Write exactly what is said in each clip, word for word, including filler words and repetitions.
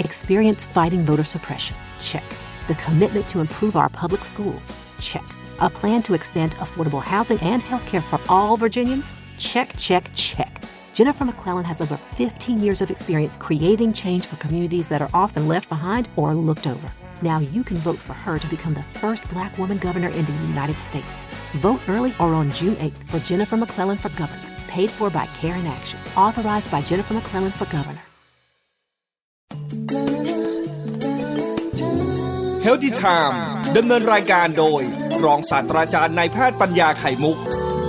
Experience fighting voter suppression? Check. The commitment to improve our public schools? Check. A plan to expand affordable housing and health care for all Virginians? Check, check, check. Jennifer McClellan has over fifteen years of experience creating change for communities that are often left behind or looked over. Now you can vote for her to become the first Black woman governor in the United States. Vote early or on June eighth for Jennifer McClellan for governor. Paid for by Care in Action. Authorized by Jennifer McClellan for governor. Healthy Time ดำเนินรายการโดยรองศาสตราจารย์นายแพทย์ปัญญาไข่มุก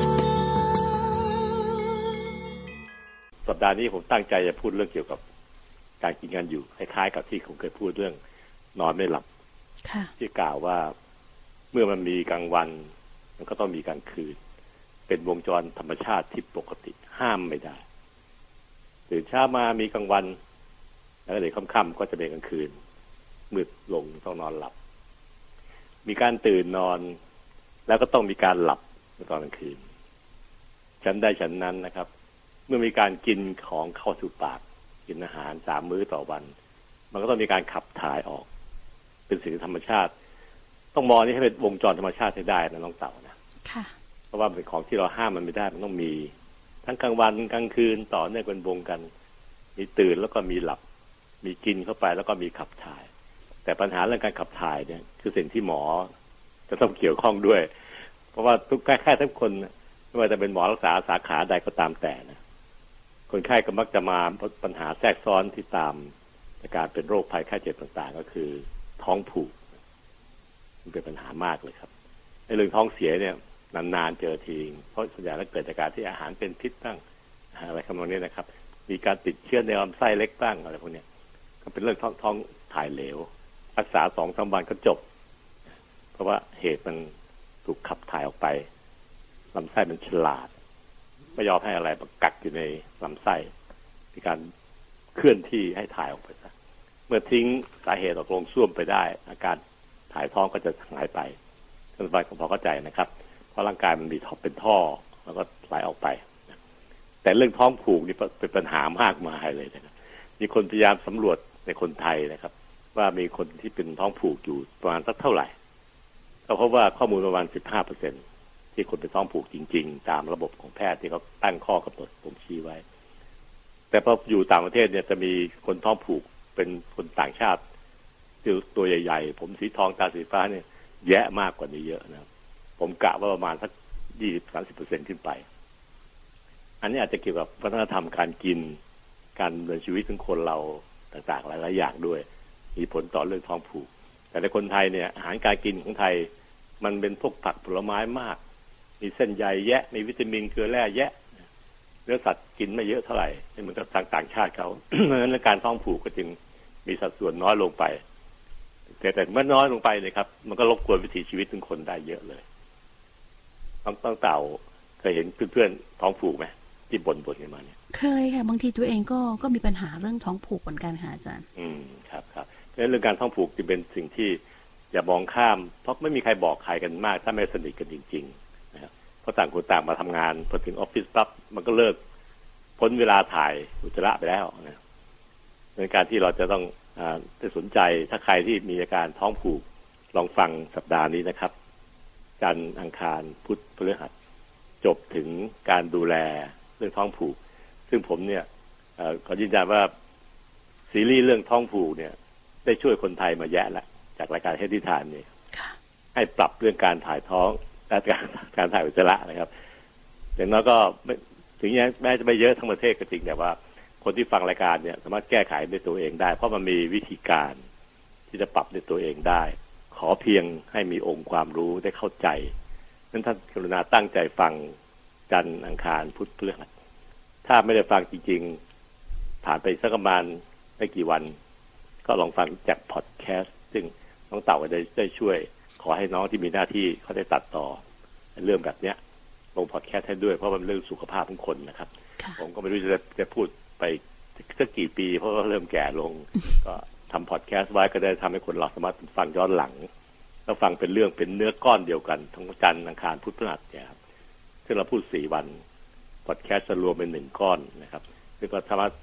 สัปดาห์นี้ผมตั้งใจจะพูดเรื่องเกี่ยวกับการกินกันอยู่คล้ายๆกับที่ผมเคยพูดเรื่องนอนไม่หลับที่กล่าวว่าเมื่อมันมีกลางวันมันก็ต้องมีกลางคืนเป็นวงจรธรรมชาติที่ปกติห้ามไม่ได้ตื่นเช้ามามีกลางวันแล้วเดี๋ยวค่ำๆก็จะเป็นกลางคืนมืดลงต้องนอนหลับมีการตื่นนอนแล้วก็ต้องมีการหลับในตอนกลางคืนฉันได้ฉันนั้นนะครับเมื่อมีการกินของเข้าสู่ปากกินอาหารสามมื้อต่อวันมันก็ต้องมีการขับถ่ายออกเป็นสิ่งธรรมชาติต้องมองนี่ให้เป็นวงจรธรรมชาติให้ได้นะน้องเต่านะค่ะเพราะว่าเป็นของที่เราห้ามมันไม่ได้มันต้องมีทั้งกลางวันกลางคืนต่อเนื่องเป็นวงกันมีตื่นแล้วก็มีหลับมีกินเข้าไปแล้วก็มีขับถ่ายแต่ปัญหาเรื่องการขับถ่ายเนี่ยคือสิ่งที่หมอจะต้องเกี่ยวข้องด้วยเพราะว่าทุกแค่ทุกคนไม่ว่าจะเป็นหมอรักษาสาขาใดก็ตามแต่นะคนไข้ก็มักจะมาปัญหาแทรกซ้อนที่ตามการเป็นโรคภัยไข้เจ็บต่างๆก็คือท้องผูกมันเป็นปัญหามากเลยครับในเรื่องท้องเสียเนี่ยนานๆเจอทีเพราะส่วนใหญ่แล้วเกิดจากการที่อาหารเป็นพิษบ้างอะไรคำนองนี้นะครับมีการติดเชื้อในลำไส้เล็กบ้างอะไรพวกนี้ก็เป็นเรื่องท้องท้องถ่ายเหลวรักษาสองสามวันก็จบเพราะว่าเหตุมันถูกขับถ่ายออกไปลำไส้มันฉลาดไม่ยอมให้อะไรมากักอยู่ในลำไส้มีการเคลื่อนที่ให้ถ่ายออกไปซะเมื่อทิ้งสาเหตุออกลงส้วมไปได้อาการถ่ายท้องก็จะหายไปท่านผู้ฟังพอเข้าใจนะครับเพราะร่างกายมันมีท่อเป็นท่อแล้วก็ไหลออกไปแต่เรื่องท้องผูกนี่เป็นปัญหามากมายเลยนะครับมีคนพยายามสำรวจในคนไทยนะครับว่ามีคนที่เป็นท้องผูกอยู่ประมาณสักเท่าไหร่ก็พบว่าข้อมูลประมาณ สิบห้าเปอร์เซ็นต์ ที่คนเป็นท้องผูกจริงๆตามระบบของแพทย์ที่เขาตั้งข้อกำหนดผมชี้ไว้แต่พออยู่ต่างประเทศเนี่ยจะมีคนท้องผูกเป็นคนต่างชาติตัวใหญ่ๆผมสีทองตาสีฟ้าเนี่ยแยะมากกว่านี้เยอะนะผมกะว่าประมาณสัก ยี่สิบถึงสามสิบเปอร์เซ็นต์ ขึ้นไปอันนี้อาจจะเกี่ยวกับวัฒนธรรมการกินการดำเนินชีวิตของคนเราต่างๆหลายๆอย่างด้วยมีผลต่อเรื่องท้องผูกแต่ในคนไทยเนี่ยอาหารการกินของไทยมันเป็นพวกผักผลไม้มากมีเส้นใยแยะมีวิตามินเกลือแร่แยะเนื้อสัตว์กินไม่เยอะเท่าไหร่เหมือนกับทางต่างชาติเขาเพราะฉะนั้นการท้องผูกก็จึงมีสัดส่วนน้อยลงไปแต่แต่เมื่อน้อยลงไปเลยครับมันก็รบกวนวิถีชีวิตของคนได้เยอะเลยต้องต้องเต่าเคยเห็นเพื่อนๆท้องผูกไหมที่บ่นๆกันมาเนี่ยเคยค่ะบางทีตัวเองก็ก็มีปัญหาเรื่องท้องผูกเหมือนกันค่ะอาจารย์อืมครับครับเรื่องการท้องผูกจึงเป็นสิ่งที่อย่ามองข้ามเพราะไม่มีใครบอกใครกันมากถ้าไม่สนิทกันจริงๆนะครับเพราะต่างคนต่างมาทำงานพอถึงออฟฟิศปั๊บมันก็เลิกพ้นเวลาถ่ายอุจจาระไปแล้วนะในการที่เราจะต้องอ่าได้สนใจถ้าใครที่มีอาการท้องผูกลองฟังสัปดาห์นี้นะครับจันทร์อังคารพุธพฤหัสจบถึงการดูแลเรื่องท้องผูกซึ่งผมเนี่ยขอยืนยันว่าซีรีส์เรื่องท้องผูกเนี่ยได้ช่วยคนไทยมาแยะแล้วจากรายการเฮดดี้ไทม์นี่ให้ปรับเรื่องการถ่ายท้องและการการถ่ายอุจจาระนะครับอย่างน้อยก็ถึงแม้จะไม่เยอะทั้งประเทศก็จริงแต่ว่าคนที่ฟังรายการเนี่ยสามารถแก้ไขด้วยตัวเองได้เพราะมันมีวิธีการที่จะปรับด้วยตัวเองได้ขอเพียงให้มีองค์ความรู้ได้เข้าใจนั้นท่านกรุณาตั้งใจฟังจันทร์อังคารพุธพฤหัสถ้าไม่ได้ฟังจริงๆผ่านไปสักประมาณไม่กี่วันก็ลองฟังจากพอดแคสต์ซึ่งน้องเต่าก็ได้ได้ช่วยขอให้น้องที่มีหน้าที่เขาได้ตัดต่อเรื่องแบบเนี้ยลงพอดแคสต์ให้ด้วยเพราะมันเรื่องสุขภาพของคนนะครับผมก็ไม่รู้จะจะพูดไปสักกี่ปีเพราะว่าเริ่มแก่ลง ก็ทำพอดแคสต์ไว้ก็ได้ทำให้คนเราสามารถฟังย้อนหลังแล้วฟังเป็นเรื่องเป็นเนื้อก้อนเดียวกันทั้งจันทร์อังคารพุธพฤหัสเนี่ยครับซึ่งเราพูดสี่วันพอดแคสต์จะรวมเป็นหนึ่งก้อนนะครับซึ่งก็สามารถ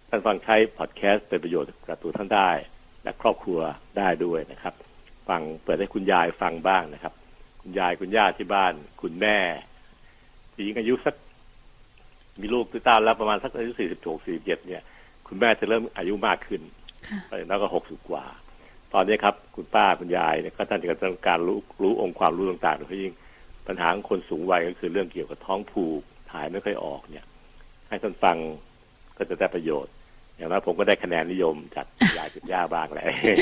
ท่านฟังใช้พอดแคสต์เป็นประโยชน์กับตัวท่านได้และครอบครัวได้ด้วยนะครับฟังเปิดให้คุณยายฟังบ้างนะครับคุณยายคุณย่าที่บ้านคุณแม่ที่อายุสักมีลูกติดตามแล้วประมาณสักอายุสี่สิบหก สี่สิบเจ็ดเนี่ยคุณแม่จะเริ่มอายุมากขึ้นแล้วก็หกสิบกว่าตอนนี้ครับคุณป้าคุณยายเนี่ยก็ท่านจะต้องการรู้รู้องค์ความรู้ต่างๆโดยเฉพาะยิ่งปัญหาของคนสูงวัยก็คือเรื่องเกี่ยวกับท้องผูกถ่ายไม่ค่อยออกเนี่ยให้ท่านฟังก็จะได้ประโยชน์อย่างนั้นผมก็ได้คะแนนนิยมจากยายคุณย่าบ้างแหละ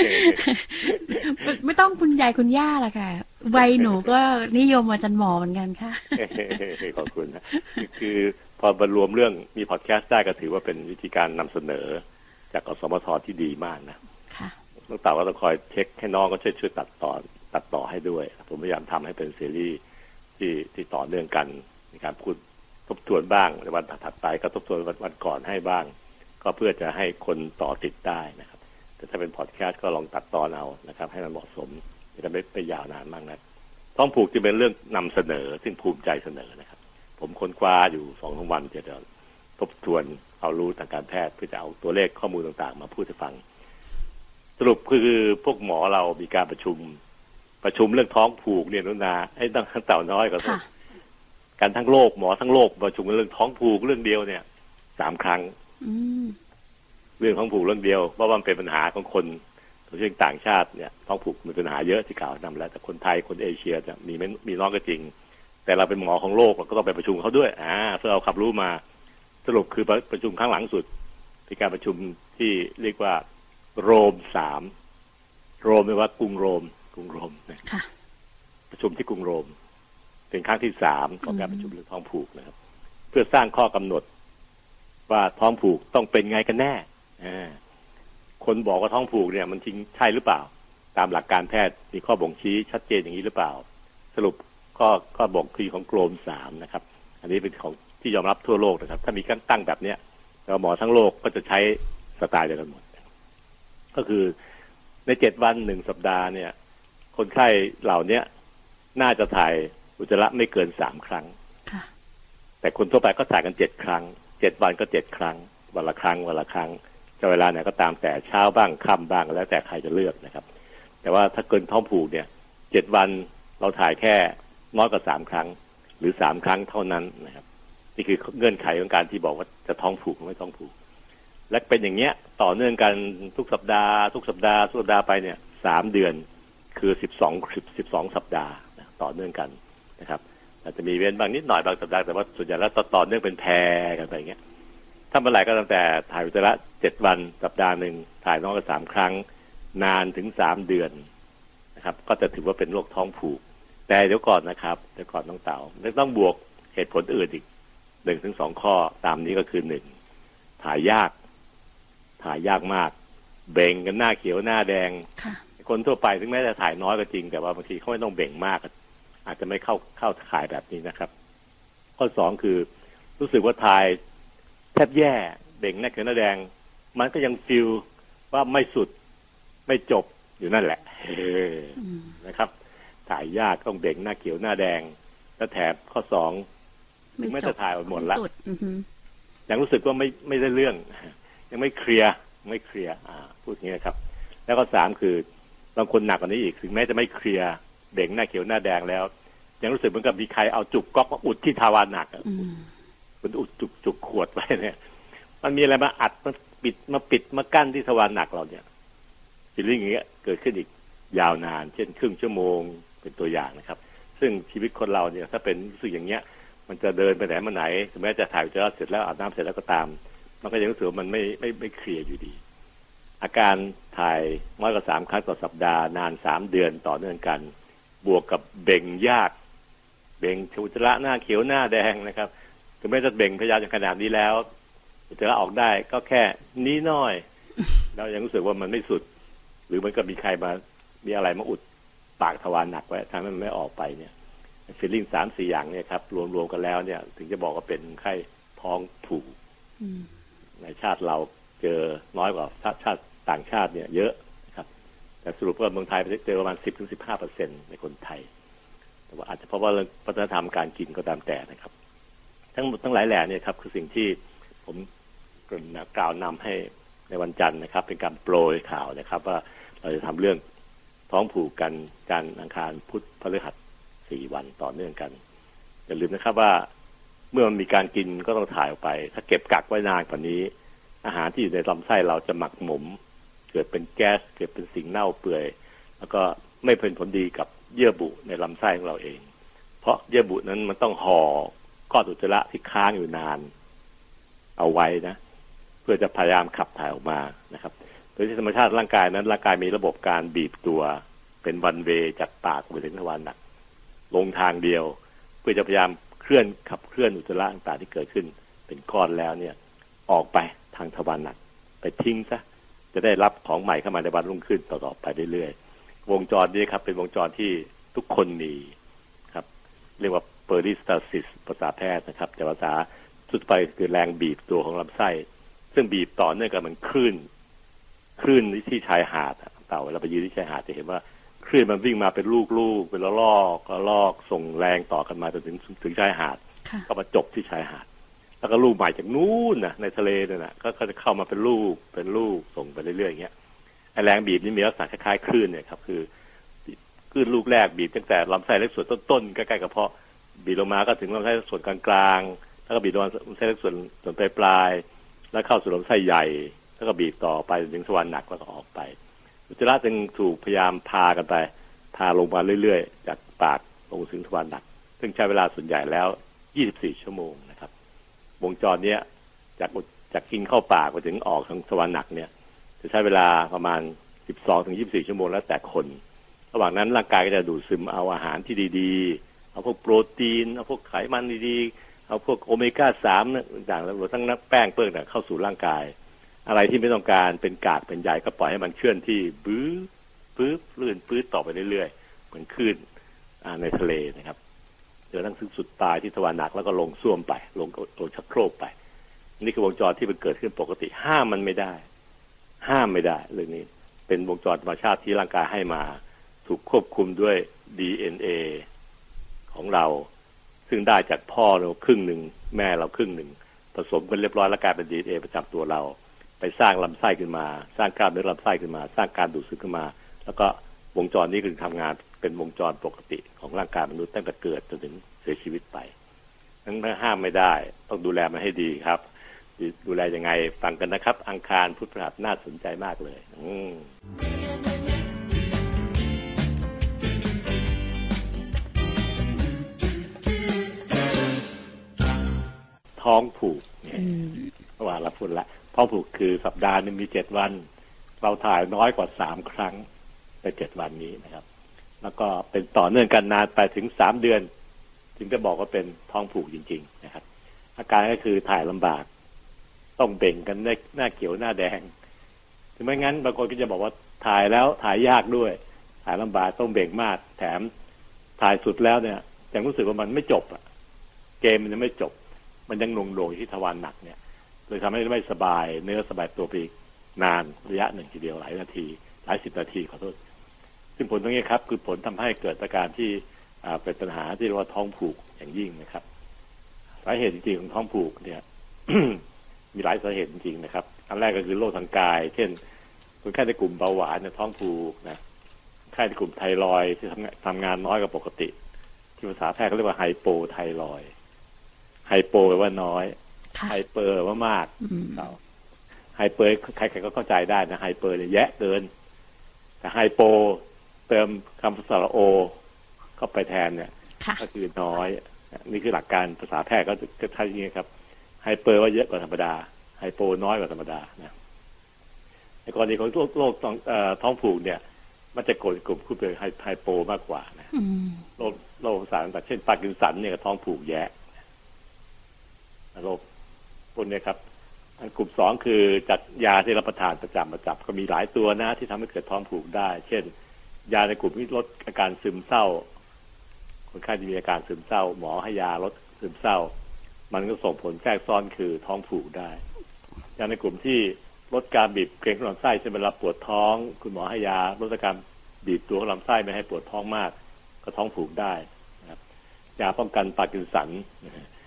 ไม่ต้องคุณยายคุณย่าละค่ะวัยหนูก็นิยมอาจารย์หมอเหมือนกันค่ะขอบคุณนะคือพอบรรวมเรื่องมีพอดแคสต์ได้ก็ถือว่าเป็นวิธีการนำเสนอจากกสมทที่ดีมากนะน้องเต่าก็ต้องคอยเช็คให้น้องก็ช่วยช่วยตัดต่อตัดต่อให้ด้วยผมพยายามทำให้เป็นซีรีส์ที่ที่ต่อเนื่องกันในการพูดทบทวนบ้างในวันถัดไปก็ทบทวนวันก่อนให้บ้างก็เพื่อจะให้คนต่อติดได้นะครับแต่ถ้าเป็นพอดแคสต์ก็ลองตัดตอนเอานะครับให้มันเหมาะสมจะไม่ไปยาวนานมากนักท้องผูกจะเป็นเรื่องนำเสนอซึ่งภูมิใจเสนอนะครับผมค้นคว้าอยู่สองสามวันจะทบทวนเอารู้ทางการแพทย์เพื่อจะเอาตัวเลขข้อมูลต่างๆมาพูดให้ฟังสรุปคือพวกหมอเรามีการประชุมประชุมเรื่องท้องผูกเนี่ยนุนาให้ตั้งเต่าน้อยก็ต้องการทั้งโลกหมอทั้งโลกประชุมเรื่องท้องผูกเรื่องเดียวเนี่ยสามครั้งเรื่องท้องผูกเรื่องเดียวเพราะว่ามันเป็นปัญหาของคนโดยเฉพาะต่างชาติเนี่ยท้องผูกมีปัญหาเยอะที่กล่าวนำแล้วแต่คนไทยคนเอเชียจะมีไม่มีน้อยก็จริงแต่เราเป็นหมอของโลกเราก็ต้องไปประชุมเขาด้วยอ่าเพื่อเอาความรู้มาสรุปคือประชุมครั้งหลังสุดเป็นการประชุมที่เรียกว่าโรมสามโรมแปลว่ากรุงโรมกรุงโรมนะประชุมที่กรุงโรมเป็นครั้งที่สามของการประชุมเรื่องท้องผูกนะครับเพื่อสร้างข้อกำหนดว่าท้องผูกต้องเป็นไงกันแน่คนบอกว่าท้องผูกเนี่ยมันจริงใช่หรือเปล่าตามหลักการแพทย์มีข้อบ่งชี้ชัดเจนอย่างนี้หรือเปล่าสรุปก็ก็บ่งคือของโรมสามนะครับอันนี้เป็นของที่ยอมรับทั่วโลกนะครับถ้ามีการตั้งแบบเนี้ยแล้วหมอทั้งโลกก็จะใช้สไตล์เดียวกันหมดก็คือในเจ็ดวันหนึ่งสัปดาห์เนี่ยคนไข้เหล่านี้น่าจะถ่ายอุจจาระไม่เกินสามครั้งแต่คนทั่วไปก็ถ่ายกันเจ็ดครั้งเจ็ดวันก็เจ็ดครั้งวันละครั้งวันละครั้งจะเวลาไหนก็ตามแต่เช้าบ้างค่ำบ้างแล้วแต่ใครจะเลือกนะครับแต่ว่าถ้าเกินท้องผูกเนี่ยเจ็ดวันเราถ่ายแค่น้อยกว่าสามครั้งหรือสามครั้งเท่านั้นนะครับนี่คือเงื่อนไขของการที่บอกว่าจะท้องผูกหรือไม่ท้องผูกและเป็นอย่างเงี้ยต่อเนื่องกันทุกสัปดาห์ทุกสัปดาห์ทุกสัปดาห์ไปเนี่ยสามเดือนคือสิบสองสิบสองสัปดาห์ต่อเนื่องกันนะครับอาจจะมีเว้นบางนิดหน่อยบางสัปดาห์แต่ว่าส่วนใหญ่แล้วต่อเนื่องเป็นแพรกันไปอย่างเงี้ยถ้าเมื่อไหร่ก็ตั้งแต่ถ่ายอุจจาระเจ็ดวันสัปดาห์หนึ่งถ่ายน้อยกว่าสามครั้งนานถึงสามเดือนนะครับก็จะถือว่าเป็นโรคท้องผูกแต่เดี๋ยวก่อนนะครับเดี๋ยวก่อนน้องเต๋าต้องบวกเหตุผลอื่นอีกหนึ่งถึงสองข้อตามนี้ก็คือหนึ่งถ่ายยากถ่ายยากมากเบ่งกันหน้าเขียวหน้าแดงคนทั่วไปถึงแม้จะถ่ายน้อยก็จริงแต่ว่าบางทีเขาไม่ต้องเบ่งมากอาจจะไม่เข้าเข้าข่ายแบบนี้นะครับข้อสองคือรู้สึกว่าถ่ายแทบแย่เบ่งหน้าเขียวหน้าแดงมันก็ยังฟีลว่าไม่สุดไม่จบอยู่นั่นแหละนะครับถ่ายยากต้องเบ่งหน้าเขียวหน้าแดงแล้วแถมข้อสองไม่จะถ่ายหมดแล้วยังรู้สึกว่าไม่ไม่ได้เรื่องยังไม่เคลียร์ไม่เคลียร์อ่าพูดอย่างนี้นะครับแล้วก็สามคือบางคนหนักกว่านี้อีกถึงแม้จะไม่เคลียร์เบ่งหน้าเขียวหน้าแดงแล้วยังรู้สึกเหมือนกับมีใครเอาจุกก๊อกมาอุดที่ทวารหนักมันอุดจุกจุกขวดไว้เนี่ยมันมีอะไรมาอัดมาปิดมาปิดมากั้นที่ทวารหนักเราเนี่ยฟีลลิ่งอย่างเงี้ยเกิดขึ้นอีกยาวนานเช่นครึ่งชั่วโมงเป็นตัวอย่างนะครับซึ่งชีวิตคนเราเนี่ยถ้าเป็นรู้สึกอย่างเงี้ยมันจะเดินไปไหนมาไหนถึงแม้จะถ่ายอุจจาระเสร็จแล้วอาบน้ำเสร็จแล้วก็ตามมันก็ยังรู้สึกว่ามันไม่ไม่ไม่เคลียร์อยู่ดีอาการถ่ายน้อยกว่าสามครั้งต่อสัปดาห์นานสามเดือนต่อเนื่องกันบวกกับเบ่งยากเบ่งอุจจาระหน้าเขียวหน้าแดงนะครับถึงแม้จะเบ่งพยายามขนาดนี้แล้วอุจจาระออกได้ก็แค่นี้น้อยเรายังรู้สึกว่ามันไม่สุดหรือมันก็มีใครมามีอะไรมาอุดปากทวารหนักไว้ทำให้มันไม่ออกไปเนี่ยฟีลลิ่งสามสี่อย่างเนี่ยครับรวมๆกันแล้วเนี่ยถึงจะบอกว่าเป็นไข้ท้องผูกในชาติเราเจอน้อยกว่าชาติต่างชาติเนี่ยเยอะนะครับแต่สรุปว่าเมืองไทยเจอประมาณ สิบถึงสิบห้าเปอร์เซ็นต์ ในคนไทยแต่ว่าอาจจะเพราะว่าวัฒนธรรมการกินก็ตามแต่นะครับทั้งหมดทั้งหลายแหล่เนี่ยครับคือสิ่งที่ผมกล่าวนำให้ในวันจันทร์นะครับเป็นการโปรยข่าวนะครับว่าเราจะทำเรื่องท้องผูกกันจันทร์อังคารพุธพฤหัสสี่วันต่อเนื่องกันอย่าลืมนะครับว่าเมื่อมันมีการกินก็ต้องถ่ายออกไปถ้าเก็บกักไว้นานกว่านี้อาหารที่อยู่ในลำไส้เราจะหมักหมมเกิดเป็นแก๊สเกิดเป็นสิ่งเน่าเปื่อยแล้วก็ไม่เป็นผลดีกับเยื่อบุในลำไส้ของเราเองเพราะเยื่อบุนั้นมันต้องห่อก้อนอุจจาระที่ค้างอยู่นานเอาไว้นะเพื่อจะพยายามขับถ่ายออกมานะครับโดยที่ธรรมชาติร่างกายนั้นร่างกายมีระบบการบีบตัวเป็นวันเวย์จากปากไปถึงทวารหนักลงทางเดียวเพื่อจะพยายามเคลื่อนขับเคลื่อนอุจจาระต่างๆที่เกิดขึ้นเป็นก้อนแล้วเนี่ยออกไปทางทวารหนักไปทิ้งซะจะได้รับของใหม่เข้ามาในวันรุ่งขึ้นต่อๆไปเรื่อยๆวงจรนี้ครับเป็นวงจรที่ทุกคนมีครับเรียกว่า peristalsis ภาษาแพทย์นะครับแต่ภาษาสุดไปคือแรงบีบตัวของลำไส้ซึ่งบีบต่อเนื่องกันเหมือนคลื่นคลื่นที่ชายหาดเต่าเราไปยืนที่ชายหาดจะเห็นว่าคลื่นมันวิ่งมาเป็นลูกๆเป็นละลอกละลอกส่งแรงต่อกันมาจนถึงถึงชายหาดก็มาจบที่ชายหาดแล้วก็ลูกใหม่จากนู้นนะในทะเลเนี่ยนะก็จะเข้ามาเป็นลูกเป็นลูกส่งไปเรื่อยๆอย่างเงี้ยไอแรงบีบนี่มีลักษณะคล้ายๆคลื่นเนี่ยครับคือคลื่นลูกแรกบีบตั้งแต่ลำไส้เล็กส่วนต้นๆใกล้ๆกระเพาะบีบลงมาก็ถึงลำไส้ส่วนกลางๆแล้วก็บีบลงมาลำไส้เล็กส่วนส่วนปลายๆแล้วเข้าสู่ลำไส้ใหญ่แล้วก็บีบต่อไปถึงทวารหนักแล้วก็ออกไปอุจจาระจึงถูกพยายามพากันไปพาลงมาเรื่อยๆจากปากลงถึงทวารหนักซึ่งใช้เวลาส่วนใหญ่แล้วยี่สิบสี่ชั่วโมงนะครับวงจรเนี้ยจากจากกินเข้าปากไปถึงออกทางทวารหนักเนี่ยจะใช้เวลาประมาณสิบสองถึงยี่สิบสี่ชั่วโมงแล้วแต่คนระหว่างนั้นร่างกายก็จะดูดซึมเอาอาหารที่ดีๆเอาพวกโปรตีนเอาพวกไขมันดีๆเอาพวกโอเมก้าสามต่างๆแล้วทั้งแป้งเปิ้ลเนี่ยเข้าสู่ร่างกายอะไรที่ไม่ต้องการเป็นกากเป็นใยก็ปล่อยให้มันเคลื่อนที่บื้อปื๊บลื่นปื๊ดต่อไปเรื่อยๆเหมือนคลื่นในทะเลนะครับจนทั้งถึงสุดปลายที่ทวารหนักแล้วก็ลงส้วมไปลงลงชักโครกไปนี่คือวงจรที่มันเกิดขึ้นปกติห้ามมันไม่ได้ห้ามไม่ได้เรื่องนี้เป็นวงจรธรรมชาติที่ร่างกายให้มาถูกควบคุมด้วย ดี เอ็น เอ ของเราซึ่งได้จากพ่อเราครึ่งหนึ่งแม่เราครึ่งหนึ่งผสมกันเรียบร้อยแล้วกลายเป็น ดี เอ็น เอ ประจำตัวเราไปสร้างลำไส้ขึ้นมาสร้างกล้ามเนื้อลำไส้ขึ้นมาสร้างการดูดซึมขึ้นมาแล้วก็วงจรนี้คือทำงานเป็นวงจรปกติของร่างกายมนุษย์ตั้งแต่เกิดจนถึงเสียชีวิตไปนั้นห้ามไม่ได้ต้องดูแลมันให้ดีครับดูแลยังไงฟังกันนะครับอังคารพุธพฤหัสน่าสนใจมากเลยอืมท้องผูกเนี่ยเมื่อวานเราพูดละท้องผูกคือสัปดาห์นึงมีเจ็ดวันเราถ่ายน้อยกว่าสามครั้งในเจ็ดวันนี้นะครับแล้วก็เป็นต่อเนื่องกันนานไปถึงสามเดือนจึงจะบอกว่าเป็นท้องผูกจริงๆนะครับอาการก็คือถ่ายลำบากต้องเบ่งกันหน้าเขียวหน้าแดงถึงไม่งั้นบางคนก็จะบอกว่าถ่ายแล้วถ่ายยากด้วยถ่ายลำบากต้องเบ่งมากแถมถ่ายสุดแล้วเนี่ยยังรู้สึกว่ามันไม่จบอะเกมมันยังไม่จบมันยังหน่วงๆที่ทวารหนักเนี่ยเลยทำให้ไม่สบายเนื้อสบายตัวไปนานระยะหนึ่งทีเดียวหลายนาทีหลายสิบนาทีขอโทษซึ่งผลตรงนี้ครับคือผลทำให้เกิดอาการที่เป็นปัญหาที่เรียกว่าท้องผูกอย่างยิ่งนะครับสาเหตุจริงๆของท้องผูกเนี่ย มีหลายสาเหตุจริงๆนะครับอันแรกก็คือโรคทางกายเช่นคนไข้ในกลุ่มเบาหวานเนี่ยท้องผูกนะคนไข้ในกลุ่มไทรอยด์ที่ทำทำงานน้อยกว่าปกติที่ภาษาแพทย์เขาเรียกว่าไฮโปไทรอยด์ไฮโปแปลว่าน้อยไฮเปอร์แปลว่ามากไฮเปอร์ใครๆก็เข้าใจได้นะไฮเปอร์เนี่ยแยะเกินแต่ไฮโปเติมคำสระโอเข้าไปแทนเนี่ยก็คือน้อยนี่คือหลักการภาษาแพทย์ก็จะใช้อย่างนี้ครับไฮเปอร์ว่าเยอะกว่าธรรมดาไฮโปน้อยกว่าธรรมดานะในกรณีของโรคโรคท้องผูกเนี่ยมันจะกดกลุ่มขึ้นไปไฮโปมากกว่านะโรคโรคสารต่างเช่นปาร์กินสันเนี่ยท้องผูกแยะโรคพวกนี้ครับอันกลุ่มสองคือจากยาที่รับประทานประจำประจำก็มีหลายตัวนะที่ทำให้เกิดท้องผูกได้เช่นยาในกลุ่มที่ลดอาการซึมเศร้าคนไข้ที่มีอาการซึมเศร้าหมอให้ยาลดซึมเศร้ามันก็ส่งผลแทรกซ้อนคือท้องผูกได้ยาในกลุ่มที่ลดการบีบเกร็งของลำไส้เช่นเวลาปวดท้องคุณหมอให้ยาลดอาการบีบตัวของลำไส้ไม่ให้ปวดท้องมากก็ท้องผูกได้นะครับยาป้องกันปาร์กินสัน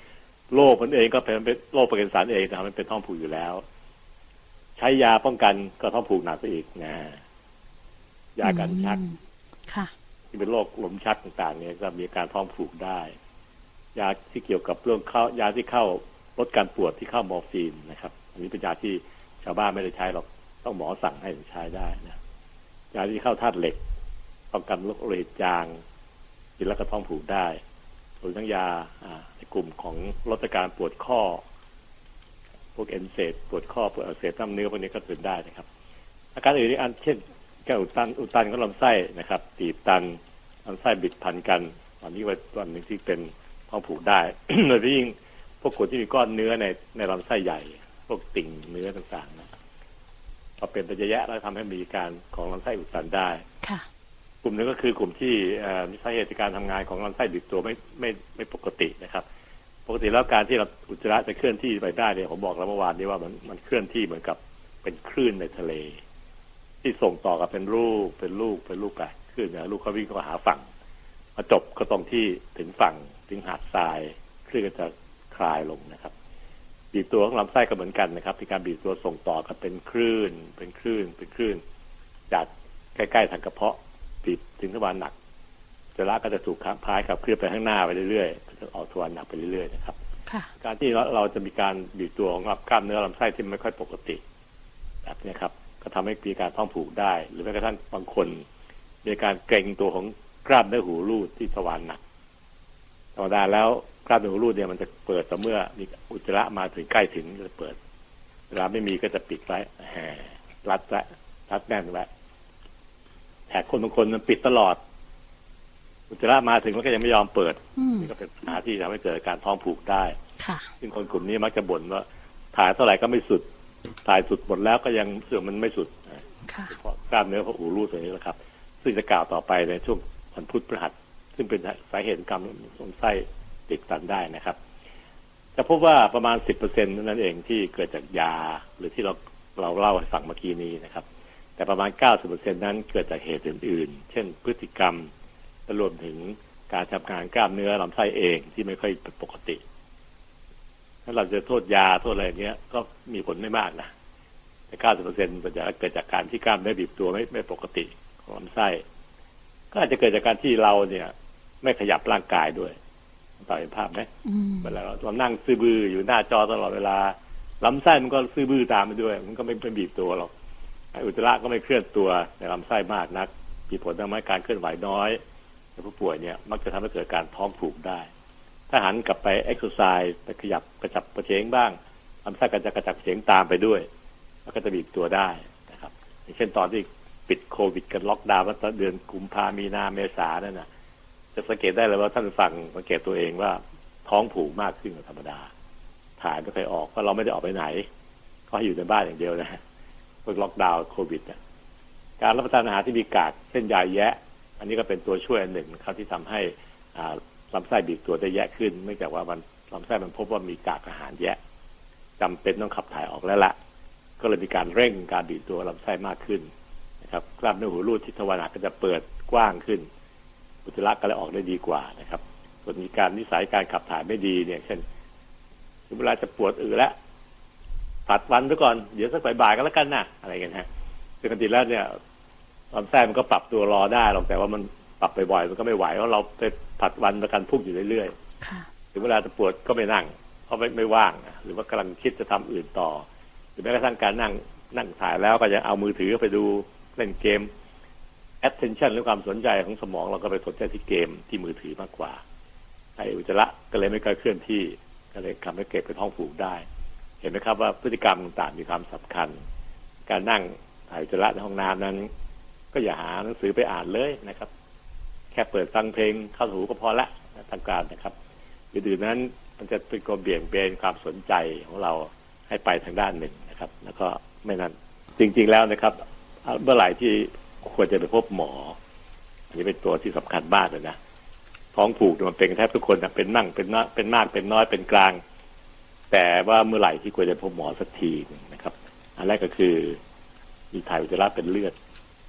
โรคมันเองก็เป็นโรคปาร์กินสันเองนะมันเป็นท้องผูกอยู่แล้วใช้ยาป้องกันก็ท้องผูกหนักไปอีกนะยากันชักที่เป็นโรคลมชักต่างๆเนี่ยก็มีการท้องผูกได้ยาที่เกี่ยวกับเรื่องเข้ายาที่เข้าลดการปวดที่เข้ามอร์ฟีนนะครับอันนี้เป็นยาที่ชาวบ้านไม่ได้ใช้หรอกต้องหมอสั่งให้ใช้ได้นะยาที่เข้าธาตุเหล็กป้องกันโรคเรื้อจางกินแล้วก็ท้องผูกได้รวมทั้งยาในกลุ่มของลดอาการปวดข้อพวกเอนเซดปวดข้อปวดอักเสบกล้ามเนื้อพวกนี้ก็เป็นได้นะครับอาการอื่นที่อันเช่นแก้อุดตันอุดตันของลำไส้นะครับตีบตันลำไส้บิดพันกันตอนนี้ว่าตัวหนึ่งที่เป็นท้องผูกได้ โดยยิ่งพวกคนที่มีก้อนเนื้อในในลำไส้ใหญ่พวกติ่งเนื้อต่างๆนะพอเป็นไปเยอะแยะแล้วทำให้มีการของลำไส้อุดตันได้กลุ่มนึงก็คือกลุ่มที่มีสาเหตุการทำงานของลำไส้บิดตัวไม่ไม่ไม่ปกตินะครับปกติแล้วการที่เราอุจจาระจะเคลื่อนที่ไปได้เนี่ยผมบอกแล้วเมื่อวานนี้ว่ามันมันเคลื่อนที่เหมือนกับเป็นคลื่นในทะเลที่ส่งต่อกับเป็นลูกเป็นลูกเป็นลูกไปคลื่นเนี่ยลูกเขาวิ่งเข้าหาฝั่งพอจบก็ตรงที่ถึงฝั่งถึงหาดทรายคลื่นก็จะคลายลงนะครับบีบตัวของลำไส้ก็เหมือนกันนะครับที่การบีบตัวส่งต่อกับเป็นคลื่นเป็นคลื่นเป็นคลื่นจากใกล้ๆทางกระเพาะบีบถึงทวารหนักอุจจาระก็จะถูกพายขับเคลื่อนไปข้างหน้าไปเรื่อยๆจะออกทวารหนักไปเรื่อยๆนะครับการที่เราจะมีการบีบตัวของกล้ามเนื้อลำไส้ที่ไม่ค่อยปกติแบบนี้ครับก็ทำให้มีการท้องผูกได้หรือแม้กระทั่งบางคนมีการเกร็งตัวของกล้ามเนื้อหูรูดที่ทวารหนักธรรมดาแล้วกล้ามเนื้อหูรูดเนี่ยมันจะเปิดแต่เมื่อมีอุจจาระมาถึงใกล้ถึงจะเปิดเวลาไม่มีก็จะปิดไว้รัดไว้รัดแน่นไว้แต่คนบางคนมันปิดตลอดอุจจาระมาถึงแล้วก็ยังไม่ยอมเปิดนี่ก็เป็นปัญหาที่ทำให้เกิดการท้องผูกได้ซึ่งคนกลุ่มนี้มักจะบ่นว่าถ่ายเท่าไหร่ก็ไม่สุดถ่ายสุดหมดแล้วก็ยังเสื่อมมันไม่สุดเพราะกล้ามเนื้อพวกหูรูดตัวนี้แหละครับซึ่งจะกล่าวต่อไปในช่วงวันพุธพฤหัสซึ่งเป็นสาเหตุกรรมลำไส้ติดตันได้นะครับจะพบว่าประมาณ สิบเปอร์เซ็นต์ นั่นเองที่เกิดจากยาหรือที่เราเราเล่าให้ฟังเมื่อกี้นี้นะครับแต่ประมาณ เก้าสิบเปอร์เซ็นต์ นั้นเกิดจากเหตุอื่นๆเช่นพฤติกรรมรวมถึงการทำงานกล้ามเนื้อลำไส้เองที่ไม่ค่อยเป็นปกติถ้าเราจะโทษยาโทษอะไรเงี้ยก็มีผลไม่มากนะแต่ เก้าสิบเปอร์เซ็นต์ มันจะเกิดจากการที่กล้ามเนื้อบีบตัวไม่ไม่ปกติของลำไส้ก็อาจจะเกิดจากการที่เราเนี่ยไม่ขยับร่างกายด้วยต่อเห็นภาพไหมเวลาเรานั่งซื่อบื้ออยู่หน้าจอตลอดเวลาลำไส้มันก็ซื่อบื้อตามไปด้วยมันก็ไม่เป็นบีบตัวหรอกอุจจาระก็ไม่เคลื่อนตัวในลำไส้มากนักมีผลทำให้การเคลื่อนไหวน้อยในผู้ป่วยเนี่ยมักจะทำให้เกิดการท้องผูกได้ถ้าหันกลับไปเอ็กซ์ไซส์ไปขยับกระจับกระเฉงบ้างลำไส้ก็จะกระจับกระเฉงตามไปด้วยแล้วก็จะบีบตัวได้นะครับอย่างเช่นตอนที่ปิดโควิดกันล็อกดาวน์ตั้งแต่เดือนกุมภามีนาเมษานั่นน่ะจะสังเกตได้เลยว่าท่านฟังสังเกตตัวเองว่าท้องผูกมากขึ้นกว่าธรรมดาถ่ายไม่เคยออกเพราะเราไม่ได้ออกไปไหนก็อยู่ในบ้านอย่างเดียวนะพวกล็อกดาวน์โควิดเนี่ยการรับประทานอาหารที่มีกากเช่นยาแยะอันนี้ก็เป็นตัวช่วยอันหนึ่งนะครับที่ทำให้ลำไส้บีบตัวได้แยะขึ้นเนื่องจากว่ามันลำไส้มันพบว่ามีกากอาหารแยะจำเป็นต้องขับถ่ายออกแล้วละก็เลยมีการเร่งการบีบตัวลำไส้มากขึ้นนะครับกล้ามเนื้อหูรูดที่ทวารหนักก็จะเปิดกว้างขึ้นอุจจาระก็เลยออกได้ดีกว่านะครับส่วนมีการนิสัยการขับถ่ายไม่ดีเนี่ยเช่นถึงเวลาจะปวดอืดแล้วผัดวันซะก่อนเดี๋ยวสักบ่ายๆก็แล้วกันนะอะไรกันฮะปกติแล้วเนี่ยลำไส้มันก็ปรับตัวรอได้หรอกแต่ว่ามันปรับบ่อยๆมันก็ไม่ไหวเพราะเราไปผัดวันประกันพุ่งอยู่เรื่อยๆถึงเวลาจะปวดก็ไม่นั่งเพราะไม่ไม่ว่างหรือว่ากำลังคิดจะทำอื่นต่อหรือแม้กระทั่งการนั่งนั่งถ่ายแล้วก็ยังเอามือถือไปดูเล่นเกม attention หรือความสนใจของสมองเราก็ไปสนใจที่เกมที่มือถือมากกว่าไอ้อุจจาระก็เลยไม่ค่อยเคลื่อนที่ก็เลยทำให้เกิดเป็นท้องผูกได้เห็นไหมครับว่าพฤติกรรมต่างๆมีความสำคัญการนั่งถ่ายอุจจาระในห้องน้ำนั้นก็อย่าหาหนังสือไปอ่านเลยนะครับแค่เปิดฟังเพลงเข้าหูก็พอละทางการนะครับอื่นๆนั้นมันจะเป็นการเบี่ยงเบนความสนใจของเราให้ไปทางด้านหนึ่งนะครับแล้วก็ไม่นั้นจริงๆแล้วนะครับเมื่อไหร่ที่ควรจะไปพบหมออันนี้เป็นตัวที่สำคัญมากเลยนะท้องผูกมันเป็นแทบทุกคนเป็นมั่งเป็นน้อยเป็นมากเป็นน้อยเป็นกลางแต่ว่าเมื่อไหร่ที่ควรจะพบหมอสักทีนะครับอันแรกก็คือมีถ่ายอุจจาระเป็นเลือด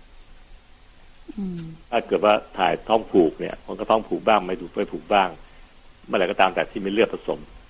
ถ้าเกิดว่าถ่ายท้องผูกเนี่ยมันก็ท้องผูกบ้างไม่ถูกไม่ผูกบ้างเมื่อไหร่ก็ตามแต่ที่มีเลือดผสมใน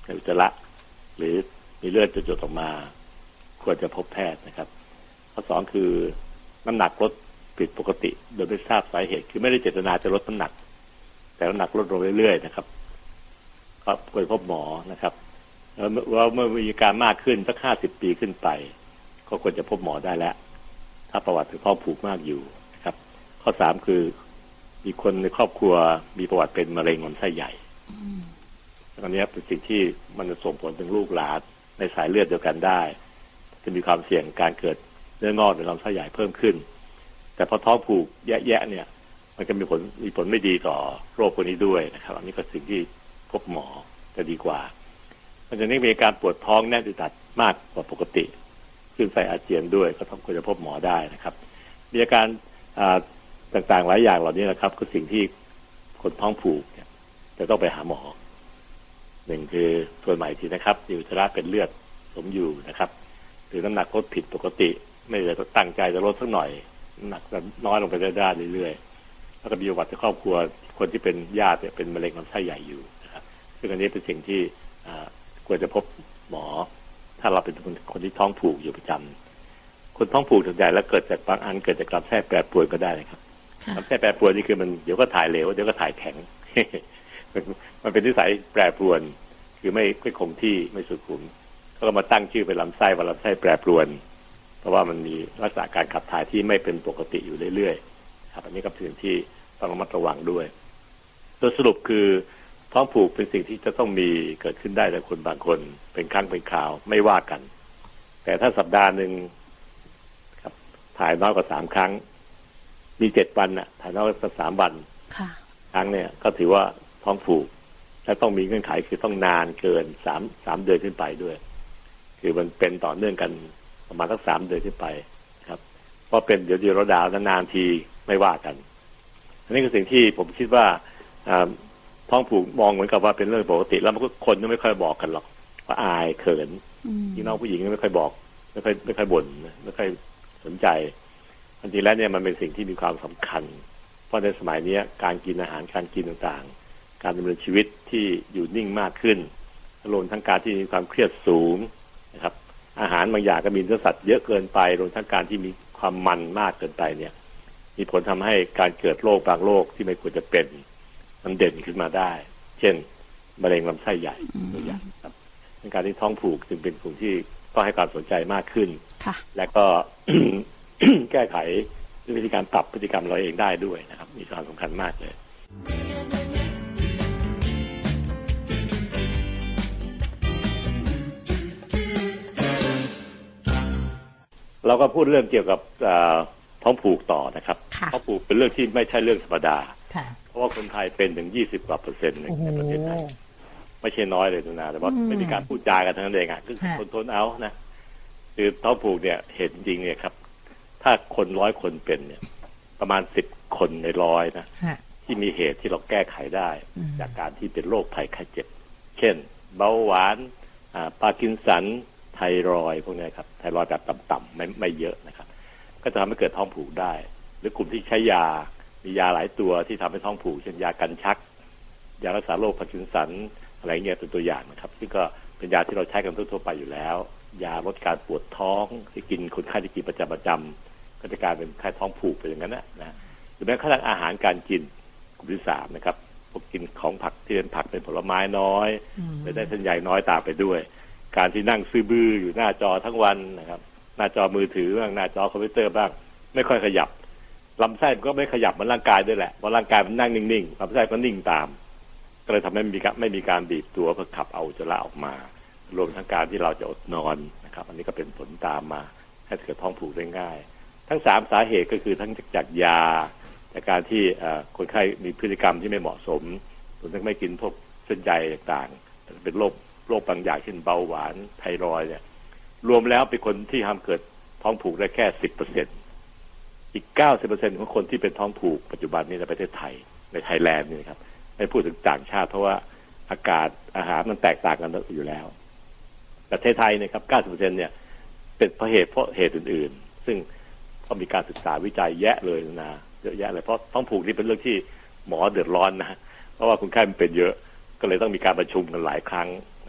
อุจจาระหรือมีเลือดจะหยดออกมาควรจะพบแพทย์นะครับข้อสองคือน้ำหนักลดผิดปกติโดยไม่ทราบสาเหตุคือไม่ได้เจตนาจะลดน้ำหนักแต่น้ำหนักลดลงเรื่อยๆนะครับก็ควรพบหมอนะครับแล้วเมื่อมีอาการมากขึ้นสักห้าสิบปีขึ้นไปก็ควรจะพบหมอได้แล้วถ้าประวัติท้องผูกมากอยู่นะครับข้อสามคือมีคนในครอบครัวมีประวัติเป็นมะเร็งลำไส้ใหญ่อันนี้เป็นสิ่งที่มันจะส่งผลถึงลูกหลานในสายเลือดเดียวกันได้จะมีความเสี่ยงการเกิดเนื้องอกในลำไส้ใหญ่เพิ่มขึ้นแต่พอท้องผูกแยะๆเนี่ยมันก็มีผลมีผลไม่ดีต่อโรคพวกนี้ด้วยนะครับอันนี้ก็สิ่งที่พบหมอจะดีกว่ามันจะมีอาการปวดท้องแน่นอึดอัดมากกว่าปกติขึ้นไส้อาเจียนด้วยก็ต้องควรจะพบหมอได้นะครับมีอาการต่างๆหลายอย่างเหล่านี้นะครับคือสิ่งที่คนท้องผูกเนี่ยจะต้องไปหาหมอหนึ่งคือส่วนใหม่ทีนะครับอุจจาระเป็นเลือดสมอยู่นะครับหรือน้ำหนักลดผิดปกติไม่ได้ตั้งใจจะลดสักหน่อยน้ำหนักจะน้อยลงไปได้ๆเรื่อยๆแล้วก็มีประวัติในครอบครัวคนที่เป็นญาติเป็นมะเร็งลำไส้ใหญ่อยู่นะครับซึ่งอันนี้เป็นสิ่งที่ควรจะพบหมอถ้าเราเป็นคนที่ท้องผูกอยู่ประจำคนท้องผูกส่วนใหญ่แล้วเกิดจากบางอันเกิดจากลำไส้แปรปรวนก็ได้นะครับลำไส้แปรปรวนนี่คือมันเดี๋ยวก็ถ่ายเหลวเดี๋ยวก็ถ่ายแข็ง มันเป็นนิสัยแปรปรวนคือไม่ไม่คงที่ไม่สุขุมเขาก็มาตั้งชื่อเป็นลำไส้ว่าลำไส้แปรปรวนเพราะว่ามันมีลักษณะการขับถ่ายที่ไม่เป็นปกติอยู่เรื่อยๆครับอันนี้ก็เป็นสิ่งที่ต้องระมัดระวังด้วยโดยสรุปคือท้องผูกเป็นสิ่งที่จะต้องมีเกิดขึ้นได้ในคนบางคนเป็นครั้งเป็นคราวไม่ว่ากันแต่ถ้าสัปดาห์หนึ่งครับถ่ายน้อยกว่าสามครั้งมีเจ็ดวันน่ะถ่ายน้อยกว่าสามวันครั้งเนี่ยก็ถือว่าท้องผูกและต้องมีเงื่อนไขคือต้องนานเกินสามสามเดือนขึ้นไปด้วยคือมันเป็นต่อเนื่องกันประมาณสักสามเดือนขึ้นไปครับเพราะเป็นเดี๋ยวเดียวเราดาวนานๆทีไม่ว่ากันอันนี้คือสิ่งที่ผมคิดว่าท้องผูกมองเหมือนกับว่าเป็นเรื่องปกติแล้วมันก็คนก็ไม่ค่อยบอกกันหรอกว่าอายเขินพี่น้องผู้หญิงไม่ค่อยบอกไม่ค่อยไม่ค่อยบ่นไม่ค่อยสนใจจริงๆแล้วเนี่ยมันเป็นสิ่งที่มีความสำคัญเพราะในสมัยนี้การกินอาหารการกินต่างๆการดำเนินชีวิตที่อยู่นิ่งมากขึ้นรวมทั้งการที่มีความเครียดสูงนะครับอาหารบางอย่างก็มีเนื้อสัตว์เยอะเกินไปรวมทั้งการที่มีความมันมากเกินไปเนี่ยมีผลทำให้การเกิดโรคบางโรคที่ไม่ควรจะเป็นมันเด่นขึ้นมาได้เช่นมะเร็งลำไส้ใหญ่ตัวอย่างครับการที่ท้องผูกจึงเป็นกลุ่มที่ต้องให้ความสนใจมากขึ้นและก็ แก้ไขด้วยวิธีการปรับพฤติกรรมเราเองได้ด้วยนะครับมีความสำคัญมากเลยเราก็พูดเรื่องเกี่ยวกับท้องผูกต่อนะครับท้องผูกเป็นเรื่องที่ไม่ใช่เรื่องธรรมดาเพราะว่าคนไทยเป็นถึงยี่สิบกว่าเปอร์เซ็นต์ในประเทศไทยไม่ใช่น้อยเลยนะแต่ว่าไม่มีการพูดจากันทั้งนั้นเองอ่ะคือทนทนเอานะคือท้องผูกเนี่ยเห็นจริงเนี่ยครับถ้าคนร้อยคนเป็นเนี่ยประมาณสิบคนในร้อยนะที่มีเหตุที่เราแก้ไขได้จากการที่เป็นโรคภัยไข้เจ็บเช่นเบาหวานพาร์กินสันไทรอยด์พวกนี้ครับไทรอยด์แบบต่ำๆไม่ไม่เยอะนะครับก็จะทำให้เกิดท้องผูกได้หรือกลุ่มที่ใช้ยามียาหลายตัวที่ทำให้ท้องผูกเช่นยากันชักยารักษาโรคพาร์กินสันอะไรเงี้ยเป็นตัวอย่างนะครับซึ่งก็เป็นยาที่เราใช้กันทั่วๆไปอยู่แล้วยาลดการปวดท้องที่กินคนไข้ที่กินประจำประจำก็จะกลายเป็นไข้ท้องผูกไปอย่างนั้นนะนะหรือแม้กระทั่งอาหารการกินกลุ่มที่สามนะครับพวกกินของผักที่เป็นผักเป็นผลไม้น้อยไม่ได้เส้นใยน้อยตามไปด้วยการที่นั่งซื่อบื้ออยู่หน้าจอทั้งวันนะครับหน้าจอมือถือบ้างหน้าจอคอมพิวเตอร์บ้างไม่ค่อยขยับลำไส้มันก็ไม่ขยับเหมือนร่างกายด้วยแหละเพราะร่างกายมันนั่งนิ่งๆลำไส้ก็นิ่งตามก็เลยทำให้มีไม่มีการบีบตัวเพื่อขับเอาอุจจาระออกมารวมทั้งการที่เราจะอดนอนนะครับอันนี้ก็เป็นผลตามมาให้เกิดท้องผูกได้ง่ายทั้งสามสาเหตุก็คือทั้งจากยาจากการที่คนไข้มีพฤติกรรมที่ไม่เหมาะสมรวมทั้งไม่กินพวกเส้นใยต่างๆเป็นโรคโรคบางอย่างเช่นเบาหวานไทรอยด์เนี่ยรวมแล้วเป็นคนที่ทำเกิดท้องผูกได้แค่ สิบเปอร์เซ็นต์ อีก เก้าสิบเปอร์เซ็นต์ ของคนที่เป็นท้องผูกปัจจุบันนี้ในประเทศไทยในไทยแลนด์นี่ครับไม่พูดถึงต่างชาติเพราะว่าอากาศอาหารมันแตกต่างกันอยู่แล้วประเทศไทยเนี่ยครับ เก้าสิบเปอร์เซ็นต์ เนี่ยเป็นเพราะเหตุเพราะเหตุอื่นๆซึ่งก็มีการศึกษาวิจัยแยะเลยนะเยอะแยะเลยเพราะท้องผูกนี่เป็นเรื่องที่หมอเดือดร้อนนะเพราะว่าคนไข้มันเป็นเยอะก็เลยต้องมีการประชุมกันหลายครั้งนะครับ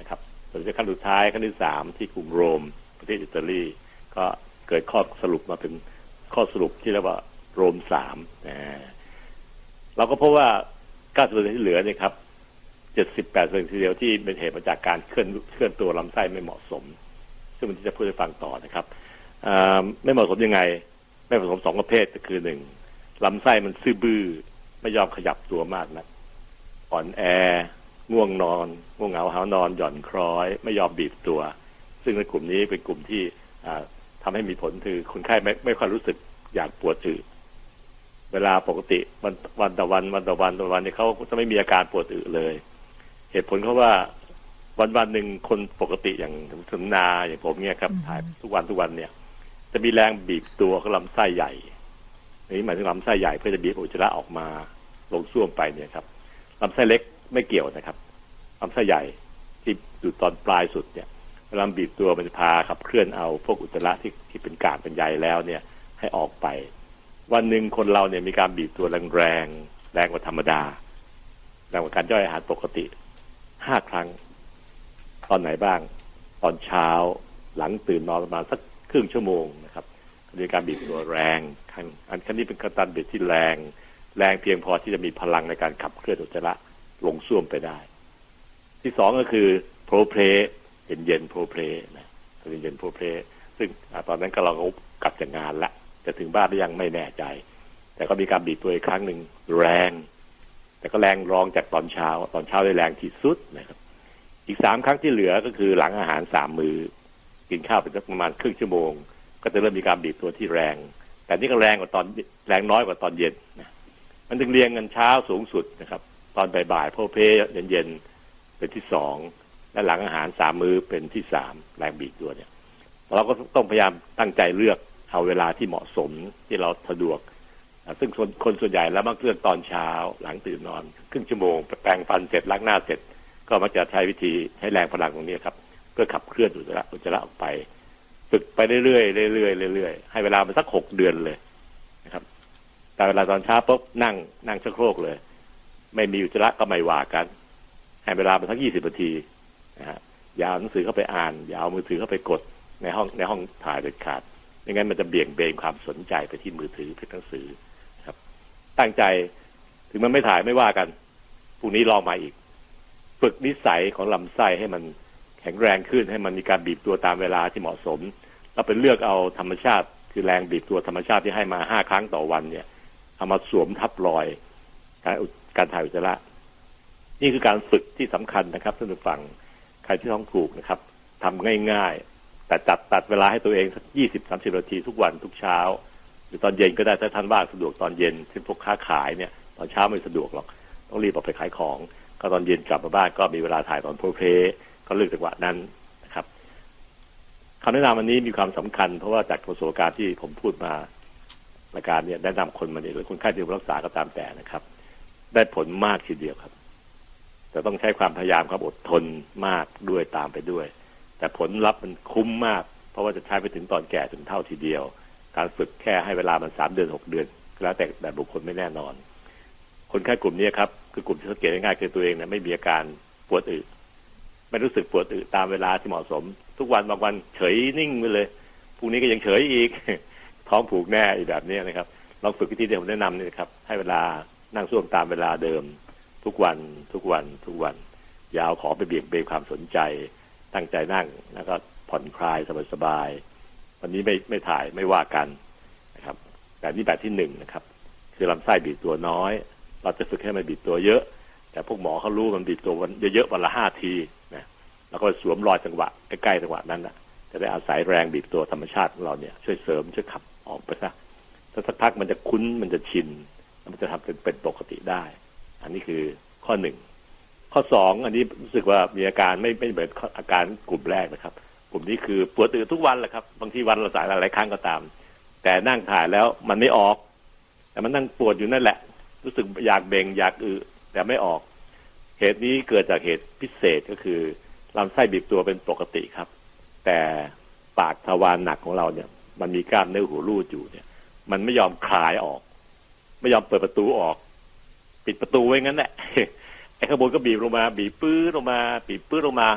ส่วนขั้นสุดท้ายขั้นที่สามที่กรุงโรมประเทศอิตาลีก็เกิดข้อสรุปมาเป็นข้อสรุปที่เรียกว่าโรมสามนะเราก็พบว่าเก้าสิบเปอร์เซ็นต์ที่เหลือเนี่ยครับเจ็ดสิบแปดเปอร์เซ็นต์ทีเดียวที่เป็นเหตุมาจากการเคลื่อนเคลื่อนตัวลำไส้ไม่เหมาะสมซึ่งมันจะพูดให้ฟังต่อนะครับไม่เหมาะสมยังไงไม่เหมาะสมสองประเภทก็คือหนึ่งลำไส้มันซื่อบื้อไม่ยอมขยับตัวมากนักอ่อนแอง่วงนอนง่วงเหงาหานอนหย่อนคล้อยไม่ยอมบีบตัวซึ่งในกลุ่มนี้เป็นกลุ่มที่ทำให้มีผลคือคนไข้ไม่ไม่ค่อยรู้สึกอยากปวดอึเวลาปกติวันวันต่อวันวันต่อวันต่อวันเนี่ยเขาจะไม่มีอาการปวดอึเลยเหตุผลเขาว่าวันวันหนึ่งคนปกติอย่างถึงนาอย่างผมเนี่ยครับถ่ายทุกวันทุกวันเนี่ยจะมีแรงบีบตัวของลำไส้ใหญ่นี่หมายถึงลำไส้ใหญ่เพื่อจะบีบอุจจาระออกมาลงส้วมไปเนี่ยครับลำไส้เล็กไม่เกี่ยวนะครับลำไส้ใหญ่ที่อยู่ตอนปลายสุดเนี่ยเวลาบีบตัวมันจะพาขับเคลื่อนเอาพวกอุจจาระที่ที่เป็นกากเป็นใยแล้วเนี่ยให้ออกไปวันหนึ่งคนเราเนี่ยมีการบีบตัวแรงแรงแรงกว่าธรรมดาแรงกว่าการย่อยอาหารปกติห้าครั้งตอนไหนบ้างตอนเช้าหลังตื่นนอนประมาณสักครึ่งชั่วโมงนะครับมีการบีบตัวแรงอันคันนี้เป็นการบีบที่แรงแรงเพียงพอที่จะมีพลังในการขับเคลื่อนอุจจาระลงส้วมไปได้ที่สองก็คือโพรเพลเย็นเย็นโพรเพลนะเย็นเย็นโพรเพลซึ่งตอนนั้นก็เราก็กลับจากงานละจะถึงบ้านหรือยังไม่แน่ใจแต่ก็มีการบีบตัวอีกครั้งหนึ่งแรงแต่ก็แรงรองจากตอนเช้าตอนเช้าได้แรงที่สุดนะครับอีกสามครั้งที่เหลือก็คือหลังอาหารสามมื้อกินข้าวไปสักประมาณครึ่งชั่วโมงก็จะเริ่มมีการบีบตัวที่แรงแต่นี่ก็แรงกว่าตอนแรงน้อยกว่าตอนเย็นนะมันถึงเรียงกันเช้าสูงสุดนะครับตอนบ่ายๆโพเพเย็นเย็นเป็นที่สองและหลังอาหารสามมื้อเป็นที่สามแรงบีบตัวเนี่ยเราก็ต้องพยายามตั้งใจเลือกเอาเวลาที่เหมาะสมที่เราสะดวกซึ่งคนส่วนใหญ่แล้วมักเลือกตอนเช้าหลังตื่นนอนครึ่งชั่วโมงแปรงฟันเสร็จล้างหน้าเสร็จก็มักจะใช้วิธีใช้แรงพลังตรงนี้ครับเพื่อขับเคลื่อนอุจจาระอุจจาระออกไปฝึกไปเรื่อยๆเรื่อยๆเรื่อยๆให้เวลามันสักหกเดือนเลยนะครับแต่เวลาตอนเช้าปุ๊บนั่งนั่งชักโครกเลยไม่มีอุจจาระก็ไม่ว่ากันให้เวลามันสักยี่สิบนาทีนะฮะอย่าเอาหนังสือเข้าไปอ่านอย่าเอามือถือเข้าไปกดในห้องในห้องถ่ายเด็ดขาดไม่งั้นมันจะเบี่ยงเบนความสนใจไปที่มือถือไปหนังสือครับตั้งใจถึงมันไม่ถ่ายไม่ว่ากันพรุ่งนี้ลองมาอีกฝึกนิสัยของลำไส้ให้มันแข็งแรงขึ้นให้มันมีการบีบตัวตามเวลาที่เหมาะสมเราไปเลือกเอาธรรมชาติคือแรงบีบตัวธรรมชาติที่ให้มาห้าครั้งต่อวันเนี่ยเอามาสวมทับรอยการการถ่ายอุจจาระนี่คือการฝึกที่สำคัญนะครับท่านผู้ฟังใครที่ท้องผูกนะครับทำง่ายๆแต่จัดตัดเวลาให้ตัวเองสักยี่สิบสามสิบนาทีทุกวันทุกเช้าหรือตอนเย็นก็ได้ถ้าท่านว่างสะดวกตอนเย็นเช่นพวกค้าขายเนี่ยตอนเช้าไม่สะดวกหรอกต้องรีบออกไปขายของก็ตอนเย็นกลับมาบ้านก็มีเวลาถ่ายตอนโพเพก็เลือกจังหวะนั้นนะครับคำแนะนำวันนี้มีความสำคัญเพราะว่าจากประสบการณ์ที่ผมพูดมารายการเนี่ยแนะนำคนมาเนี่ยหรือคนไข้ที่รักษาก็ตามแต่นะครับได้ผลมากทีเดียวครับแต่ต้องใช้ความพยายามครับอดทนมากด้วยตามไปด้วยแต่ผลลัพธ์มันคุ้มมากเพราะว่าจะใช้ไปถึงตอนแก่ถึงเท่าทีเดียวการฝึกแค่ให้เวลามันสามเดือนหกเดือนแล้วแต่แต่บุคคลไม่แน่นอนคนไข้กลุ่มนี้ครับคือกลุ่มที่สังเกตง่ายๆคือตัวเองเนี่ยไม่มีอาการปวดอึไม่รู้สึกปวดอึตามเวลาที่เหมาะสมทุกวันบางวันเฉยนิ่งไปเลยพรุ่งนี้ก็ยังเฉยอีกท้องผูกแน่อีกแบบนี้นะครับลองฝึกวิธีที่ผมแนะนำนี่ครับให้เวลานั่งส้วมตามเวลาเดิมทุกวันทุกวันทุกวันอย่าเอาของไปเบี่ยงเบนความสนใจตั้งใจนั่งแล้วก็ผ่อนคลายสบายๆวันนี้ไม่ไม่ถ่ายไม่ว่ากันนะครับแต่นี่แบบที่หนึ่งนะครับคือลำไส้บีบตัวน้อยเราจะฝึกให้มันบีบตัวเยอะแต่พวกหมอเขารู้มันบีบตัววันเยอะๆวันละห้าทีนะแล้วก็สวมรอยจังหวะใกล้ๆจังหวะนั้นนะจะได้อาศัยแรงบีบตัวธรรมชาติของเราเนี่ยช่วยเสริมช่วยขับออกไปซะถ้าสักพักมันจะคุ้นมันจะชินมันจะทำเป็นเป็นปกติได้อันนี้คือข้อหนึ่งข้อสองอันนี้รู้สึกว่ามีอาการไม่ไม่เหมือนอาการกลุ่มแรกนะครับกลุ่มนี้คือปวดอึทุกวันแหละครับบางทีวันละสายหลายครั้งก็ตามแต่นั่งถ่ายแล้วมันไม่ออกแต่มันนั่งปวดอยู่นั่นแหละรู้สึกอยากเบ่งอยากอึแต่ไม่ออกเหตุนี้เกิดจากเหตุพิเศษก็คือลำไส้บีบตัวเป็นปกติครับแต่ปากทวารหนักของเราเนี่ยมันมีกล้ามเนื้อหูรูดอยู่เนี่ยมันไม่ยอมคลายออกไม่ยอมเปิดประตูออกปิดประตูไว้งั้นแหละไอ้ข้างบนก็บีบลงมาบีบปื้อลงมาบีบปื้อลงมา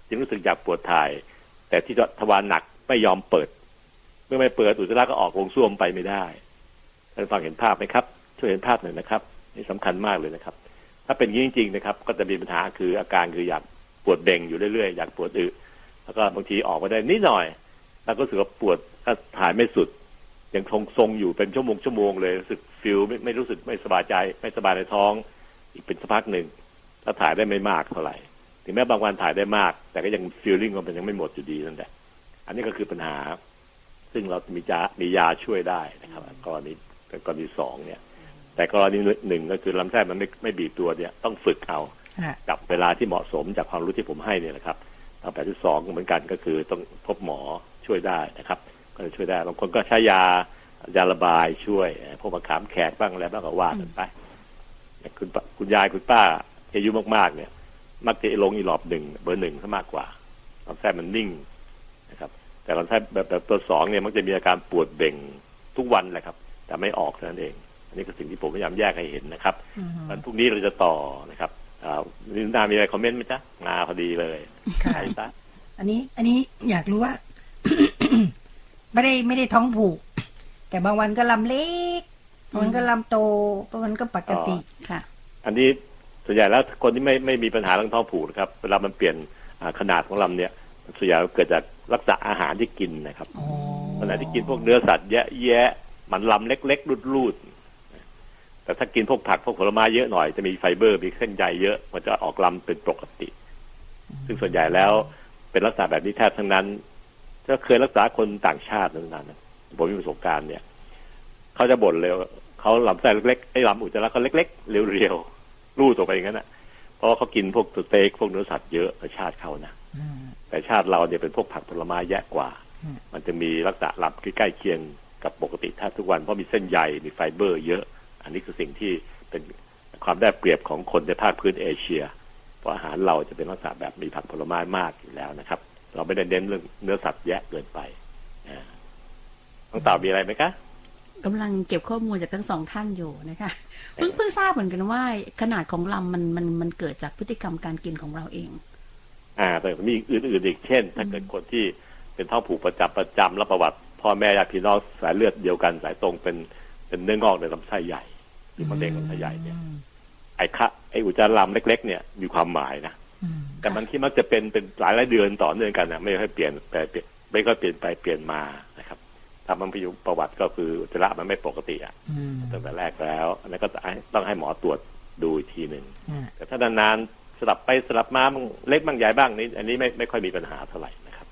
จึงรู้สึกอยากปวดถ่ายแต่ที่ทวารหนักไม่ยอมเปิดเมื่อไม่เปิดอุจจาระก็ออกโพรงส้วมไปไม่ได้ท่านฟังเห็นภาพไหมครับช่วยเห็นภาพหน่อยนะครับนี่สำคัญมากเลยนะครับถ้าเป็นอย่างนี้จริงๆนะครับก็จะมีปัญหาคืออาการคืออยากปวดเบ่งอยู่เรื่อยๆอยากปวดอึแล้วก็บางทีออกมาได้นิดหน่อยแล้วก็รู้สึกว่าปวดถ้าถ่ายไม่สุดยังทรงทรงอยู่เป็นชั่วโมงชั่วโมงเลยรู้สึกฟิลไม่ไม่รู้สึกไม่สบายใจไม่สบายในท้องอีกเป็นสักพักหนึ่งถ้าถ่ายได้ไม่มากเท่าไหร่ถึงแม้บางวันถ่ายได้มากแต่ก็ยังฟีลลิ่งมันยังไม่หมดอยู่ดีนั่นแหละอันนี้ก็คือปัญหาซึ่งเรามียามียาช่วยได้นะครับกรณีกรณีสองเนี่ยแต่กรณีหนึ่งก็คือลำไส้มันไม่ไม่บีบตัวเนี่ยต้องฝึกเอากับเวลาที่เหมาะสมจากความรู้ที่ผมให้เนี่ยนะครับทางแบบที่สองเหมือนกันก็คือต้องพบหมอช่วยได้นะครับก็จะช่วยได้บางคนก็ใช้ยายาระบายช่วยพวกมะขามแขกบ้างอะไรบ้างก็ว่ากันไปคุณคุณยายคุณป้าอายุมากๆเนี่ยมักจะลงอีหลอบหนึ่งเบอร์หนึ่งซะมากกว่าลำไส้มันนิ่งนะครับแต่ลำไส้แบบแบบตัวสองเนี่ยมักจะมีอาการปวดเบ่งทุกวันแหละครับแต่ไม่ออกเท่านั้นเองอันนี้คือสิ่งที่ผมพยายามแยกให้เห็นนะครับวันพรุ่งนี้เราจะต่อนะครับนินามีอะไรคอมเมนต์ไหมจ๊ะงาพอดีเลยค่ะอันนี้อันนี้อยากรู้ว่า ไม่ได้ไม่ได้ท้องผูกแต่บางวันก็ลำเล็กบางวันก็ลำโตบางวันก็ปกติค่ะอันนี้ส่วนใหญ่แล้วคนที่ไม่ไม่มีปัญหาเรื่องท้องผูกนะครับเวลามันเปลี่ยนขนาดของลำเนี่ยส่วนใหญ่เกิดจากรักษาอาหารที่กินนะครับขณะที่กินพวกเนื้อสัตว์แยะแยะมันลำเล็กๆรูดๆแต่ถ้ากินพวกผักพวกผลไม้เยอะหน่อยจะมีไฟเบอร์มีเส้นใยเยอะมันจะออกลำเป็นปกติซึ่งส่วนใหญ่แล้วเป็นลักษณะแบบนี้แทบทั้งนั้นถ้าเคยรักษาคนต่างชาตินานๆผมมีประสบการณ์เนี่ยเขาจะบ่นเลยเขาลำไส้เล็กๆไอ้ลำอุจจาระเขาเล็กๆเรียวๆรูดออกไปอย่างนั้นนะเพราะเขากินพวกสเต็กพวกเนื้อสัตว์เยอะชาติเขานะแต่ชาติเราเนี่ยเป็นพวกผักผลไม้แยะกว่ามันจะมีลักษณะลำใกล้ๆเคียงกับปกติแทบทุกวันเพราะมีเส้นใยมีไฟเบอร์เยอะอันนี้คือสิ่งที่เป็นความได้เปรียบของคนในภาคพื้นเอเชียเพราะอาหารเราจะเป็นลักษณะแบบมีผักผลไม้มากอยู่แล้วนะครับเราไม่ได้เน้นเรื่องเนื้อสัตว์แยะเกินไปต้องตอบมีอะไรไหมคะกำลังเก็บข้อมูลจากทั้งสองท่านอยู่นะคะเพิ่งเพิ่งทราบเหมือนกันว่าขนาดของลำมันมันมันเกิดจากพฤติกรรมการกินของเราเองอ่าแต่มีอื่นๆอีกเช่นถ้าเกิดคนที่เป็นท้องผูกประจำประจำแล้วประวัติพ่อแม่ญาติพี่น้องสายเลือดเดียวกันสายตรงเป็นเป็นเนื้องอกในลำไส้ใหญ่หรือมะเร็งลำไส้ใหญ่เนี่ยไอ้คะไอ้อุจจาระลำเล็กๆเนี่ยมีความหมายนะแต่มันที่มักจะเป็นเป็นหลายหลายเดือนต่อเนื่องกันนะไม่ค่อยเปลี่ยนแต่ไม่ค่อยเปลี่ยนไปเปลี่ยนมานะครับถ้ามันพิจารณาประวัติก็คืออุจจาระมันไม่ปกติอ่ะตั้งแต่แรกแล้วอันนั้นก็ต้องให้หมอตรวจดูอีกทีหนึ่งแต่ถ้านานๆสลับไปสลับมาบางเล็กบางใหญ่บ้างนี้อันนี้ไม่ไม่ค่อยมีปัญหาเท่าไหร่นะครับ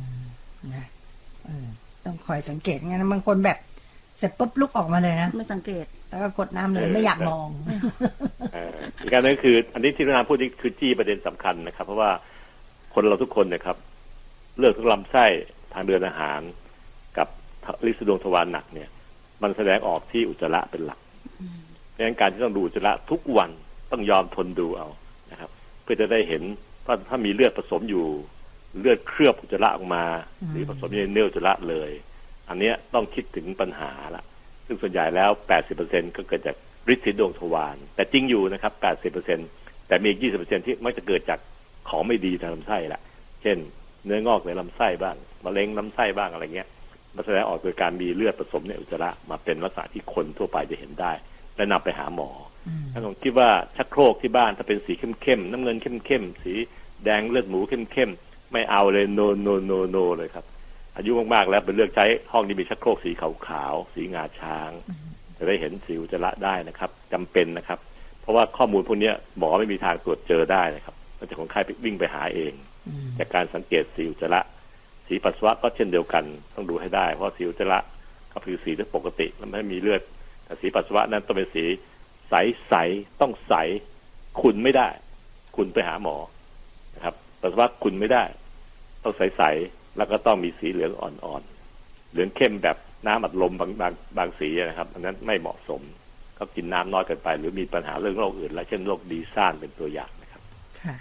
ต้องคอยสังเกตงั้นบางคนแบบเสร็จปุ๊บลุกออกมาเลยนะไม่สังเกตแล้วก็กดน้ำเลยไม่อยากมองอีกการนึงคืออันนี้ที่นาพูดนี่คือจี้ประเด็นสำคัญนะครับเพราะว่าคนเราทุกคนนะครับเลือกทุกลำไส้ทางเดินอาหารกับลินดวงทวารหนักเนี่ยมันแสดงออกที่อุจจาระเป็นหลักดังนั้นการที่ต้องดูอุจจาระทุกวันต้องยอมทนดูเอานะครับเพื่อจะได้เห็นว่าถ้ามีเลือดผสมอยู่เลือดเคลือบอุจจาระออกมาหรือผสมในเนื้ออุจจาระเลยอันนี้ต้องคิดถึงปัญหาละซึ่งส่วนใหญ่แล้ว แปดสิบเปอร์เซ็นต์ ก็เกิดจากฤทธิ์สีดวงทวารแต่จริงอยู่นะครับ แปดสิบเปอร์เซ็นต์ แต่มีอีก ยี่สิบเปอร์เซ็นต์ ที่มักจะเกิดจากของไม่ดีทางลำไส้ละเช่นเนื้องอกในลำไส้บ้างมะเร็งลำไส้บ้างอะไรเงี้ยมันแสดงออกโดยการมีเลือดผสมในอุจจาระมาเป็นลักษณะที่คนทั่วไปจะเห็นได้และนำไปหาหมอถ้าผมคิดว่าชักโครกที่บ้านถ้าเป็นสีเข้มๆน้ำเงินเข้มๆสีแดงเลือดหมูเข้มๆไม่เอาเลยโนโนโนโนเลยครับอายุมากๆแล้วเป็นเลือกใช้ห้องที่มีชักโครกสีขาวๆสีงาช้างจะได้เห็นสีอุจจาระได้นะครับจำเป็นนะครับเพราะว่าข้อมูลพวกนี้หมอไม่มีทางตรวจเจอได้นะครับมันจะคนไข้ไปวิ่งไปหาเองจากการสังเกตสีอุจจาระสีปัสสาวะก็เช่นเดียวกันต้องดูให้ได้เพราะสีอุจจาระก็คือสีที่ปกติมันไม่มีเลือดแต่สีปัสสาวะนั้นต้องเป็นสีใสใสต้องใสขุ่นไม่ได้ขุ่นไปหาหมอนะครับปัสสาวะขุ่นไม่ได้ต้องใสใสแล้วก็ต้องมีสีเหลืองอ่อนๆเหลืองเข้มแบบน้ำอัดลมบางบางบางสีนะครับอันนั้นไม่เหมาะสมก็กินน้ำน้อยเกินไปหรือมีปัญหาเรื่องโรคอื่นและเช่นโรคดีซ่านเป็นตัวอย่างนะครับค่ะ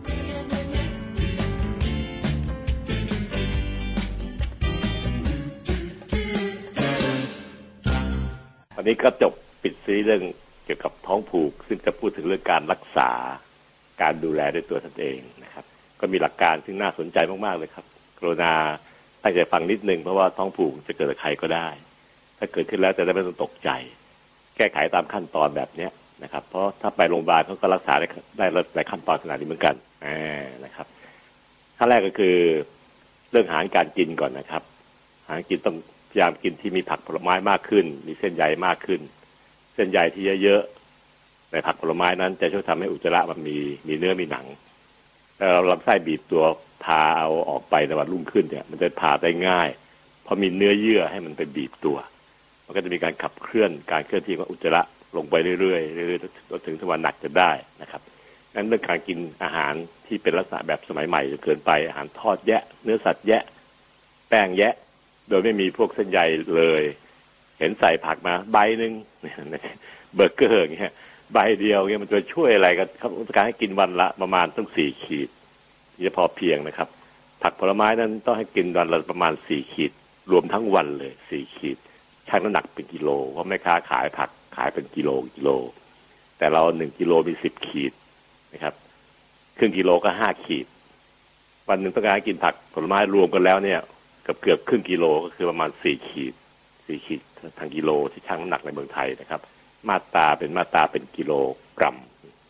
วันนี้ก็จบปิดซีรีส์เรื่องเกี่ยวกับท้องผูกซึ่งจะพูดถึงเรื่องการรักษาการดูแลด้วยตัวท่านเองนะครับก็มีหลักการซึ่งน่าสนใจมากๆเลยครับกรุณาตั้งใจฟังนิดนึงเพราะว่าท้องผูกจะเกิดกับใครก็ได้ถ้าเกิดขึ้นแล้วจะได้ไม่ต้องตกใจแก้ไขตามขั้นตอนแบบนี้นะครับเพราะถ้าไปโรงพยาบาลเขาก็รักษาได้ได้หลายขั้นตอนขนาดนี้เหมือนกันนะครับขั้นแรกก็คือเรื่องอาหารการกินก่อนนะครับอาหารกินต้องพยายามกินที่มีผักผลไม้มากขึ้นมีเส้นใยมากขึ้นเส้นใยที่เยอะๆในผักผลไม้นั้นจะช่วยทำให้อุจจาระมันมีมีเนื้อมีหนังแล้วเราลำไส้บีบตัวพาเอาออกไปในวันรุ่งขึ้นเนี่ยมันจะพาได้ง่ายเพราะมีเนื้อเยื่อให้มันไปบีบตัวมันก็จะมีการขับเคลื่อนการเคลื่อนที่ของอุจจาระลงไปเรื่อยๆเรื่อยๆถึงถึงวันหนักจะได้นะครับงั้นเรื่องการกินอาหารที่เป็นลักษณะแบบสมัยใหม่จะเกินไปอาหารทอดแยะเนื้อสัตว์แยะแป้งแยะโดยไม่มีพวกเส้นใยเลยเห็นใส่ผักมาใบหนึ่งเบอร์เกอร์อย่างเงี้ยใบเดียวเงี้ยมันจะช่วยอะไรกันครับการให้กินวันละประมาณต้องสี่ขีดจะพอเพียงนะครับผักผลไม้นั้นต้องให้กินวันละประมาณสี่ขีดรวมทั้งวันเลยสี่ขีดชั่งน้ำหนักเป็นกิโลเพราะแม่ค้าขายผักขายเป็นกิโลกิโลแต่เราหนึ่งกิโลมีสิบขีดนะครับครึ่งกิโลก็ห้าขีดวันหนึ่งต้องการกินผักผลไม้รวมกันแล้วเนี่ยเกือบเกือบครึ่งกิโลก็คือประมาณสี่ขีดสี่ขีดทางกิโลที่ชั่งน้ำหนักในเมืองไทยนะครับมาตราเป็นมาตราเป็นกิโลกรัม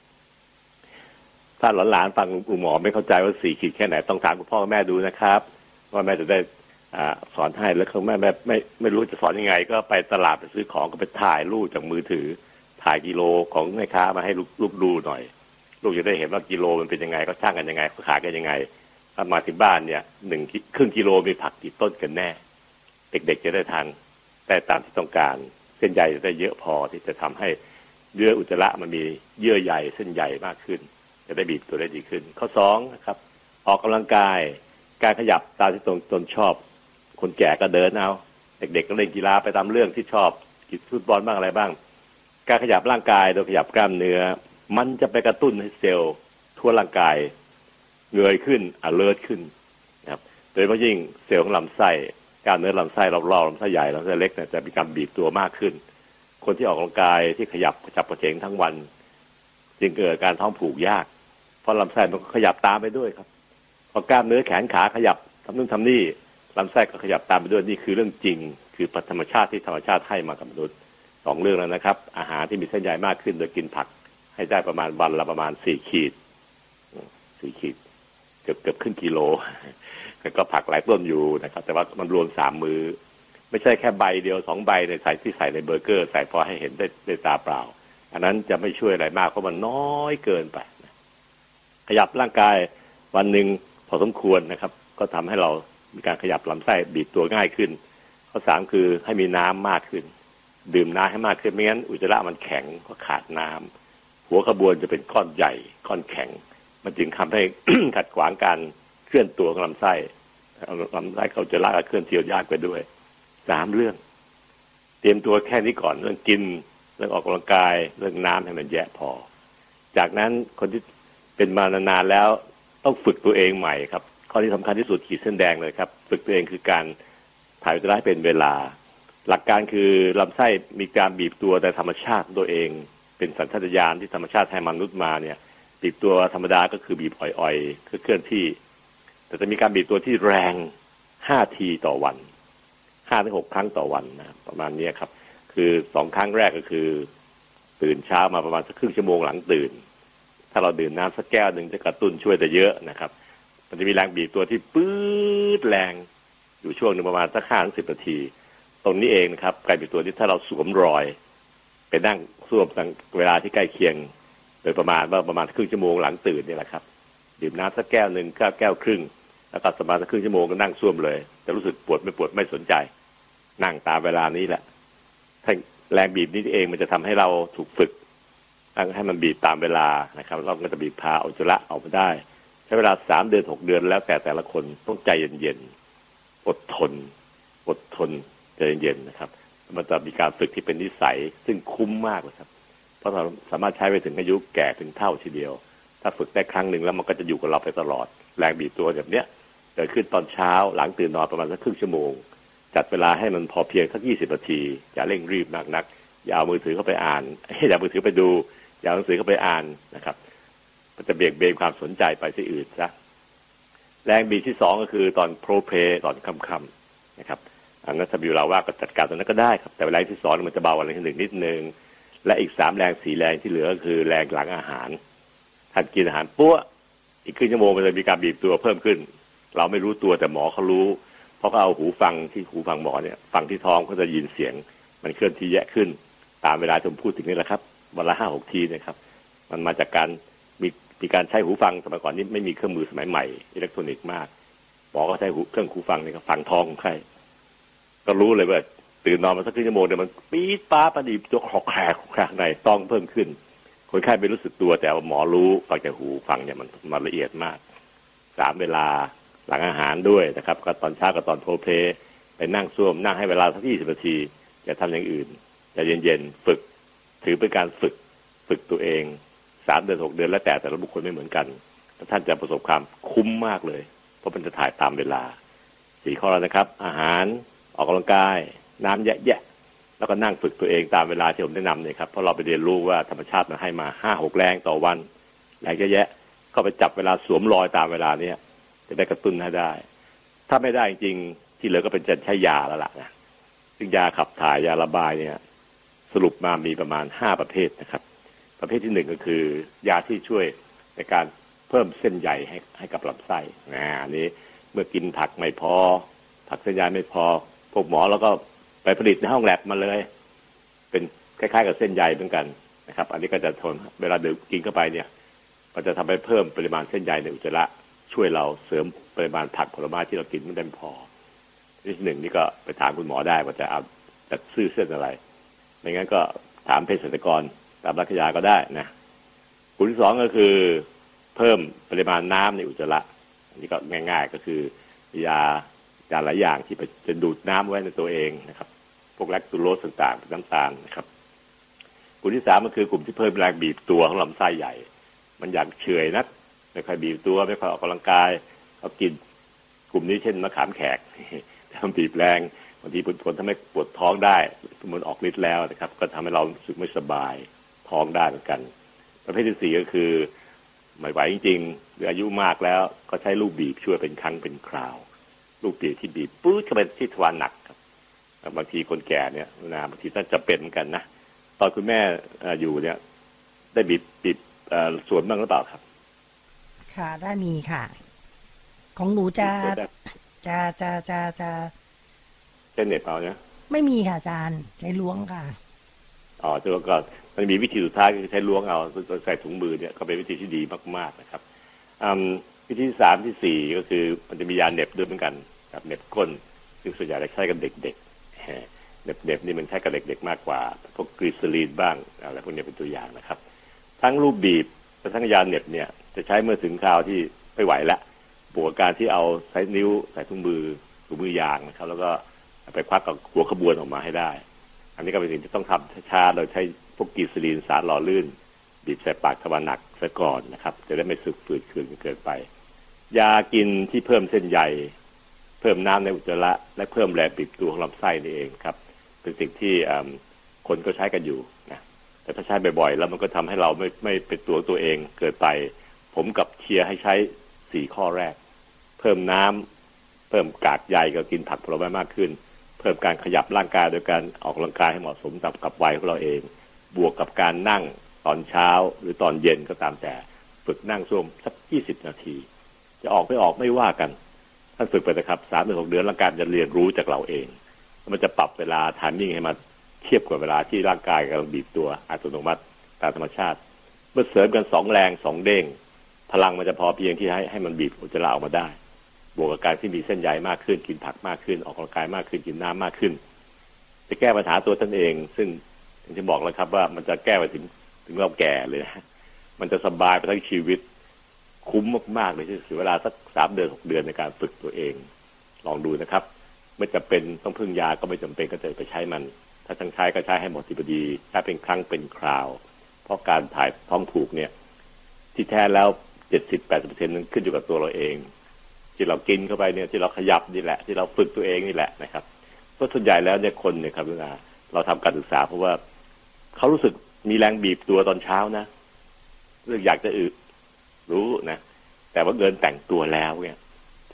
ถ้าหลานๆฟังคุณหมอไม่เข้าใจว่าสี่ขีดแค่ไหนต้องถามคุณพ่อแม่ดูนะครับว่าแม่จะได้สอนให้แล้วคุณแม่แม่ไม่ไม่รู้จะสอนยังไงก็ไปตลาดไปซื้อของก็ไปถ่ายรูปจากมือถือถ่ายกิโลของแม่ค้ามาให้ลูกดูหน่อยลูกจะได้เห็นว่ากิโลมันเป็นยังไงเขาช่างกันยังไงเขาขายกันยังไงถ้ามาถึงบ้านเนี่ยหนึ่งครึ่งกิโลมีผักกี่ต้นกันแน่เด็กๆจะได้ทานได้ตามที่ต้องการเส้นใยจะได้เยอะพอที่จะทำให้เยื่ออุจจาระมันมีเยื่อใยเส้นใยมากขึ้นจะได้บีบตัวได้ดีขึ้นข้อสองนะครับออกกำลังกายการขยับตามที่ตนตนชอบคนแก่ก็เดินเอาเด็กๆก็เล่นกีฬาไปตามเรื่องที่ชอบกีฬาฟุตบอลบ้างอะไรบ้างการขยับร่างกายโดยขยับกล้ามเนื้อมันจะไปกระตุ้นให้เซลล์ทั่วร่างกายเงยขึ้น alert ขึ้นนะครับโดยเฉพาะยิ่งเซลล์ของลำไส้กล้ามเนื้อลำไส้รอบๆลำไส้ใหญ่ลำไส้เล็กเนี่ยจะมีการบีบตัวมากขึ้นคนที่ออกกำลังกายที่ขยับกระฉับกระเฉงทั้งวันจึงเกิดการท้องผูกยากเพราะลำไส้มันขยับตามไปด้วยครับพอกล้ามเนื้อแขนขาขยับทำนู่นทำนี่ลำไส้ก็ขยับตามไปด้วยนี่คือเรื่องจริงคือธรรมชาติที่ธรรมชาติให้มากับมนุษย์สองเรื่องแล้วนะครับอาหารที่มีเส้นใยมากขึ้นโดยกินผักให้ได้ประมาณวันละประมาณสี่ขีดสี่ขีดเกือบเกือบครึ่งกิโลก็ผักหลายต้นอยู่นะครับแต่ว่ามันรวมสามมื้อไม่ใช่แค่ใบเดียวสองใบในใส่ที่ใส่ในเบอร์เกอร์ใส่พอให้เห็นได้ได้ตาเปล่าอันนั้นจะไม่ช่วยอะไรมากเพราะมันน้อยเกินไปขยับร่างกายวันหนึ่งพอสมควรนะครับก็ทำให้เรามีการขยับลำไส้บีบตัวง่ายขึ้นข้อสามคือให้มีน้ำมากขึ้นดื่มน้ำให้มากขึ้นไม่งั้นอุจจาระมันแข็งก็ขาดน้ำหัวขบวนจะเป็นก้อนใหญ่ก้อนแข็งมันจึงทำให้ ขัดขวางการเคลื่อนตัวของลำไส้ลำไส้เขาจะลากเคลื่อนที่ยากไปด้วยสามเรื่องเตรียมตัวแค่นี้ก่อนเรื่องกินเรื่องออกกำลังกายเรื่องน้ำให้มันแยะพอจากนั้นคนที่เป็นมานานๆแล้วต้องฝึกตัวเองใหม่ครับข้อที่สำคัญที่สุดขีดเส้นแดงเลยครับฝึกตัวเองคือการถ่ายอุจจาระเป็นเวลาหลักการคือลำไส้มีการบีบตัวแต่ธรรมชาติตัวเองเป็นสัญชาตญาณที่ธรรมชาติให้มนุษย์มาเนี่ยบีบตัวธรรมดาก็คือบีบอ่อยๆคือเคลื่อนที่แต่จะมีการบีบตัวที่แรงห้าทีต่อวันห้าถึงหกครั้งต่อวันนะประมาณนี้ครับคือสองครั้งแรกก็คือตื่นเช้ามาประมาณสักครึ่งชั่วโมงหลังตื่นถ้าเราดื่มน้ำสักแก้วหนึ่งจะกระตุ้นช่วยได้เยอะนะครับมันจะมีแรงบีบตัวที่ปื๊ดแรงอยู่ช่วงหนึ่งประมาณสักห้าถึงสิบนาทีตรงนี้เองนะครับการบีบตัวที่ถ้าเราสวมรอยไปนั่งสวมตั้งเวลาที่ใกล้เคียงโดยประมาณว่าประมาณครึ่งชั่วโมงหลังตื่นนี่แหละครับดื่มน้ำสักแก้วหนึ่งแก้วแก้วครึ่งแล้วก็ประมาณสักครึ่งชั่วโมงก็นั่งสวมเลยจะรู้สึกปวดไม่ปวดไม่สนใจนั่งตามเวลานี้แหละถ้าแรงบีบนี้เองมันจะทำให้เราถูกฝึกให้มันบีบตามเวลานะครับเราก็จะบีบพาอุจจาระออกมาได้ใช้เวลาสามเดือนหกเดือนแล้วแต่แต่ละคนต้องใจเย็นๆอดทนอดทนใจเย็นๆนะครับมันจะมีการฝึกที่เป็นนิสัยซึ่งคุ้มมากเลยครับเพราะเราสามารถใช้ไปถึงอายุแก่ถึงเท่าทีเดียวถ้าฝึกได้ครั้งหนึ่งแล้วมันก็จะอยู่กับเราไปตลอดแรงบีบตัวแบบเนี้ยเกิดขึ้นตอนเช้าหลังตื่นนอนประมาณสักครึ่งชั่วโมงจัดเวลาให้มันพอเพียงสักยี่สิบนาทีอย่าเร่งรีบมากนักอย่าเอามือถือเข้าไปอ่านอย่าเอามือถือไปดูอย่าเอาหนังสือเข้าไปอ่านนะครับมันจะเบี่ยงเบนความสนใจไปที่อื่นซะแรงบีบที่สองก็คือตอนโปรเพลตอนค่ำๆนะครับอันนั้นถ้ามีเวลาว่าก็จัดการตอนนั้นก็ได้ครับแต่แรงที่สองมันจะเบากว่าแรงที่หนึ่งนิดนึงและอีกสามแรงสี่แรงที่เหลือก็คือแรงหลังอาหารท่านกินอาหารปุ๊บอีกครึ่งชั่วโมงมันจะมีการบีบตัวเพิ่มขึ้นเราไม่รู้ตัวแต่หมอเขารู้เพราะเขาเอาหูฟังที่หูฟังหมอเนี่ยฟังที่ท้องเขาจะยินเสียงมันเคลื่อนที่แยกขึ้นตามเวลาที่ผมพูดถึงนี่แหละครับวันละห้าหกทีนะครับมันมาจากการมีมีการใช้หูฟังสมัยก่อนนี้ไม่มีเครื่องมือสมัยใหม่อิเล็กทรอนิกส์มากหมอก็ใช้หูเครื่องหูฟังนี่ก็ฟังท้องคนไข้ก็รู้เลยว่าตื่นนอนมาสักครึ่งชั่วโมงเดี๋ยวมันปี๊ดป้าประดิบตัวขอกแขกแขกในต้องเพิ่มขึ้นคนไข้ไม่รู้สึกตัวแต่ว่าหมอรู้ฟังจากหูฟังเนี่ยมันมันละเอียดมากสามเวลาหลังอาหารด้วยนะครับก็ตอนเช้ากับตอนโพลเพลไปนั่งซ่วมนั่งให้เวลาสักยี่สิบนาทีอย่าทำอย่างอื่นจะเย็นๆฝึกถือเป็นการฝึกฝึกตัวเองสามเดือนหกเดือนแล้วแต่แต่ละบุคคลไม่เหมือนกันท่านจะประสบความคุ้มมากเลยเพราะมันจะถ่ายตามเวลาสี่ข้อแล้วนะครับอาหารออกกำลังกายน้ำแยะๆแล้วก็นั่งฝึกตัวเองตามเวลาที่ผมแนะนำเนี่ยครับเพราะเราไปเรียนรู้ว่าธรรมชาติมันให้มาห้าหกแรงต่อวันแรงแยะๆก็ไปจับเวลาสวมรอยตามเวลาเนี้ยจะได้กระตุ้นให้ได้ถ้าไม่ได้จริงที่เหลือก็เป็นจะใช้ยาแล้วล่ะนะซึ่งยาขับถ่ายยาระบายเนี่ยสรุปมามีประมาณห้าประเภทนะครับประเภทที่หนึ่งก็คือยาที่ช่วยในการเพิ่มเส้นใยให้ให้กับลำไส้นะอันนี้เมื่อกินผักไม่พอผักเส้นใยไม่พอพวกหมอแล้วก็ไปผลิตในห้องแลบมาเลยเป็นคล้ายๆกับเส้นใยเหมือนกันนะครับอันนี้ก็จะทนเวลาดื่มกินเข้าไปเนี่ยมันจะทำให้เพิ่มปริมาณเส้นใยในอุจจาระช่วยเราเสริมปริมาณผักผลไม้ที่เรากินไม่ได้พอที่หนึ่งนี่ก็ไปถามคุณหมอได้ว่าจะเอาจะซื้อเส้นอะไรไม่งั้นก็ถามเภสัชกรตามร้านยาก็ได้นะกลุ่มที่สองก็คือเพิ่มปริมาณน้ำในอุจจาระอันนี้ก็ง่ายๆก็คือยายาหลายอย่างที่ไปจะดูดน้ำไว้ในตัวเองนะครับพวกแลคตูโรสต่างๆน้ำตาลนะครับกลุ่มที่สามก็คือกลุ่มที่เพิ่มแรงบีบตัวของลำไส้ใหญ่มันอยากเฉยนักไม่ค่อยบีบตัวไม่ค่อยออกกำลังกายเขากินกลุ่มนี้เช่นมะขามแขกทำบีบแรงบางทีผลทำให้ปวดท้องได้มันออกฤทธิ์แล้วนะครับก็ทำให้เรารู้สึกไม่สบายท้องได้เหมือนกันประเภทที่สี่ก็คือไม่ไหวจริงๆหรืออายุมากแล้วก็ใช้ลูกบีบช่วยเป็นครั้งเป็นคราวลูกบีบที่บีบปื๊ดเข้าไปที่ทวารหนักครับบางทีคนแก่เนี่ยนะบางทีท่านจะเป็นเหมือนกันนะตอนคุณแม่อยู่เนี่ยได้บีบบีบสวนบ้างหรือเปล่าครับค่ะได้มีค่ะของหนูจะจะจะจะจะใช้เน็ตเอาเนี่ยไม่มีค่ะอาจารย์ใช้ล้วงค่ะอ๋อตัวก็มันมีวิธีสุดท้ายคือใช้ล้วงเอาใส่ถุงมือเนี่ยก็เป็นวิธีที่ดีมากๆนะครับวิธีที่สามที่สี่ก็คือมันจะมียาเหน็บด้วยเหมือนกันกับเหน็บก้นซึ่งส่วนใหญ่จะใช้กับเด็กๆเหน็บเหน็บนี่มันใช้กับเด็กๆมากกว่าพวกกรีซลีนบ้างอะไรพวกนี้เป็นตัวอย่างนะครับทั้งรูปบีบและทั้งยาเหน็บเนี่ยจะใช้เมื่อถึงคราวที่ไม่ไหวแล้วบวกการที่เอาใช้นิ้วใส่ถุงมือถุงมือยางนะครับแล้วก็ไปควักกับหัวขบวนออกมาให้ได้อันนี้ก็เป็นสิ่งที่ต้องทำช้าๆโดยใช้พวกกีซาลีนสารหล่อลื่นบีบใส่ปากทวารหนักซะก่อนนะครับจะได้ไม่สึกฝืดเคืองเกินไปยากินที่เพิ่มเส้นใยเพิ่มน้ำในอุจจาระและเพิ่มแรงบีบตัวของลำไส้นี่เองครับเป็นสิ่งที่คนก็ใช้กันอยู่นะแต่ถ้าใช้บ่อยๆแล้วมันก็ทำให้เราไม่ไม่เป็นตัวตัวเองเกินไปผมกับเชียร์ให้ใช้สี่ข้อแรกเพิ่มน้ำเพิ่มกากใยก็กินผักผลไม้มากขึ้นเพิ่มการขยับร่างกายโดยการออกกำลังกายให้เหมาะสมกับกับวัยของเราเองบวกกับการนั่งตอนเช้าหรือตอนเย็นก็ตามแต่ฝึกนั่งซ่วมสักยี่สิบนาทีจะออกไม่ออกไม่ว่ากันท่านฝึกไปนะครับสามถึงหกเดือนร่างกายจะเรียนรู้จากเราเองมันจะปรับเวลาไทมิ่งให้มาเทียบกับเวลาที่ร่างกายกำลังบีบตัวอัตโนมัติตามธรรมชาติเมื่อเสริมกันสองแรงสองเด้งพลังมันจะพอเพียงที่ให้ให้มันบีบอุจจาระออกมาได้บวกกับการที่มีเส้นใยมากขึ้นกินผักมากขึ้นออกกำลังกายมากขึ้นกินน้ำมากขึ้นจะแก้ปัญหาตัวท่านเองซึ่งผมจะบอกแล้วครับว่ามันจะแก้ไปถึงถึงเราแก่เลยนะมันจะสบายไปทั้งชีวิตคุ้มมากๆเลยที่เสียเวลาสักสามเดือนหกเดือนในการฝึกตัวเองลองดูนะครับไม่จำเป็นต้องพึ่งยาก็ไม่จำเป็นก็จะไปใช้มันถ้าต้องใช้ก็ใช้ให้หมดทีพอดีใช้เป็นครั้งเป็นคราวเพราะการถ่ายท้องผูกเนี่ยที่แท้แล้ว เจ็ดสิบถึงแปดสิบเปอร์เซ็นต์ นั้นขึ้นอยู่กับตัวเราเองที่เรากินเข้าไปเนี่ยที่เราขยับนี่แหละที่เราฝึกตัวเองนี่แหละนะครับเพราะส่วนใหญ่แล้วเนี่ยคนเนี่ยครับเวลาเราทำการศึกษาเพราะว่าเขารู้สึกมีแรงบีบตัวตอนเช้านะรู้สึกอยากจะอึรู้นะแต่ว่าเกินแต่งตัวแล้วเนี่ย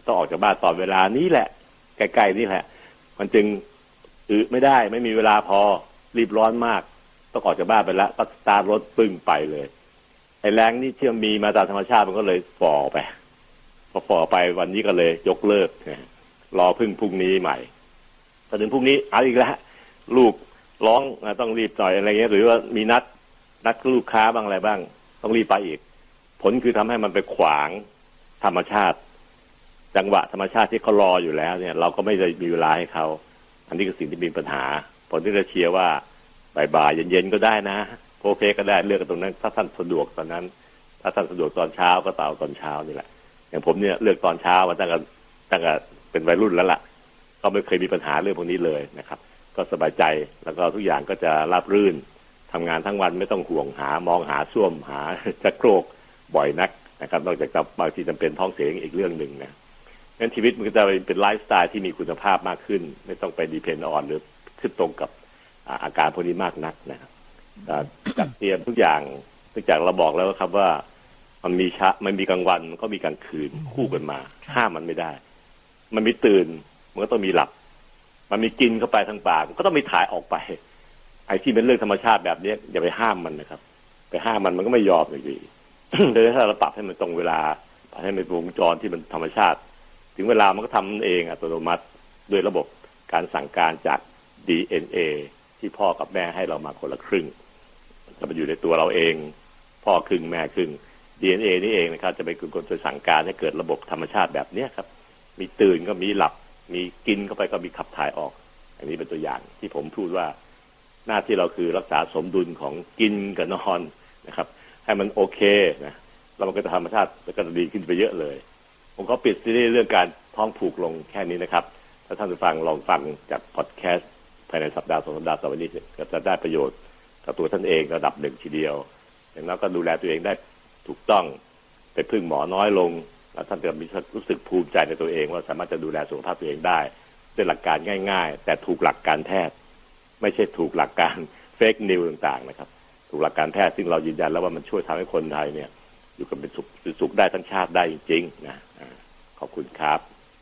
ต้องออกจากบ้านตอนเวลานี้แหละใกล้ๆนี่แหละมันจึงอึไม่ได้ไม่มีเวลาพอรีบร้อนมากต้องออกจากบ้านไปแล้วก็สตาร์ทรถปึ้งไปเลยไอ้แรงนี่ที่มันมีมาตามธรรมชาติมันก็เลยฝ่อไปพอฝ่อไปวันนี้ก็เลยยกเลิกรอพึ่งพรุ่งนี้ใหม่พอถึงพรุ่งนี้เอาอีกแล้วลูกร้องต้องรีบหน่อยอะไรเงี้ยหรือว่ามีนัดนัดลูกค้าบ้างอะไรบ้างต้องรีบไปอีกผลคือทำให้มันไปขวางธรรมชาติจังหวะธรรมชาติที่เขารออยู่แล้วเนี่ยเราก็ไม่ได้มีเวลาให้เขาอันนี้คือสิ่งที่มีปัญหาผลที่จะเชียร์ว่าบ่ายๆเย็นๆก็ได้นะโอเคก็ได้เลือกกันตรงนั้นถ้าท่านสะดวกตอนนั้นถ้าท่านสะดวกตอนเช้าก็ต่อตอนเช้านี่แหละอย่างผมเนี่ยเลือกตอนเช้ามาตั้งแต่ตั้งแต่เป็นวัยรุ่นแล้วล่ะก็ไม่เคยมีปัญหาเรื่องพวกนี้เลยนะครับก็สบายใจแล้วก็ทุกอย่างก็จะราบรื่นทำงานทั้งวันไม่ต้องห่วงหามองหาส้วมหาจะโครกบ่อยนักนะครับนอกจากบางทีจำเป็นท้องเสียอีกเรื่องหนึ่งนะงั้นชีวิตมันก็จะเป็นไลฟ์สไตล์ที่มีคุณภาพมากขึ้นไม่ต้องไปดีเพนด์ออนหรือขึ้นตรงกับอาการพวกนี้มากนักนะครับจัดเตรียมทุกอย่างทุกอย่างเราบอกแล้วครับว่ามันมีเช้ามันมีกลางวันมันก็มีกลางคืนคู่กันมาห้ามมันไม่ได้มันมีตื่นมันก็ต้องมีหลับมันมีกินเข้าไปทางปากก็ต้องมีถ่ายออกไปไอ้ที่เป็นเรื่องธรรมชาติแบบนี้อย่าไปห้ามมันนะครับไปห้ามมันมันก็ไม่ยอมอยู่ดี โดยถ้าเราปรับให้มันตรงเวลาปรับให้มันวงจรที่มันธรรมชาติถึงเวลามันก็ทำเองอัตโนมัติด้วยระบบการสั่งการจาก ดี เอ็น เอ ที่พ่อกับแม่ให้เรามาคนละครึ่งจะมาอยู่ในตัวเราเองพ่อครึ่งแม่ครึ่ง ดี เอ็น เอ นี่เองนะครับจะเป็นคนช่วยสั่งการให้เกิดระบบธรรมชาติแบบนี้ครับมีตื่นก็มีหลับมีกินเข้าไปก็มีขับถ่ายออกอันนี้เป็นตัวอย่างที่ผมพูดว่าหน้าที่เราคือรักษาสมดุลของกินกับนอนนะครับให้มันโอเคนะแล้วมันก็จะธรรมชาติแล้วก็จะดีขึ้นไปเยอะเลยผมก็ปิดซีรีส์เรื่องการท้องผูกลงแค่นี้นะครับถ้าท่านผู้ฟังลองฟังจากพอดแคสต์ภายในสัปดาห์สองสัปดาห์ต่อไปนี้ก็จะได้ประโยชน์กับตัวท่านเองระดับหนึ่งทีเดียวอย่างนั้นก็ดูแลตัวเองได้ถูกต้องไปพึ่งหมอน้อยลงแล้วท่านจะมีรู้สึกภูมิใจในตัวเองว่าสามารถจะดูแลสุขภาพตัวเองได้ด้วยหลักการง่ายๆแต่ถูกหลักการแพทย์ไม่ใช่ถูกหลักการเฟกนิวต่างๆนะครับถูกหลักการแพทย์ซึ่งเรายืนยันแล้วว่ามันช่วยทำให้คนไทยเนี่ยอยู่กันเป็นสุขเป็นสุขได้ทั้งชาติได้จริงๆนะขอบคุณครับ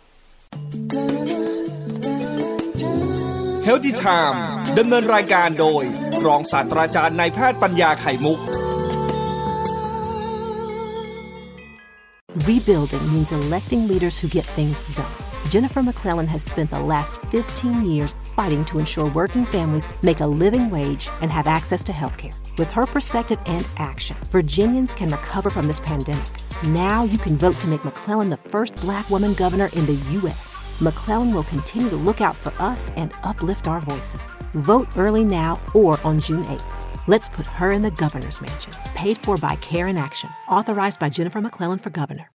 Healthy Time ดำเนินรายการโดยรองศาสตราจารย์นายแพทย์ปัญญาไข่มุก Rebuilding means electing leaders who get things done. Jennifer McClellan has spent the last fifteen years fighting to ensure working families make a living wage and have access to health care. With her perspective and action, Virginians can recover from this pandemic. Now you can vote to make McClellan the first Black woman governor in the U S. McClellan will continue to look out for us and uplift our voices. Vote early now or on June eighth. Let's put her in the governor's mansion. Paid for by Care in Action. Authorized by Jennifer McClellan for governor.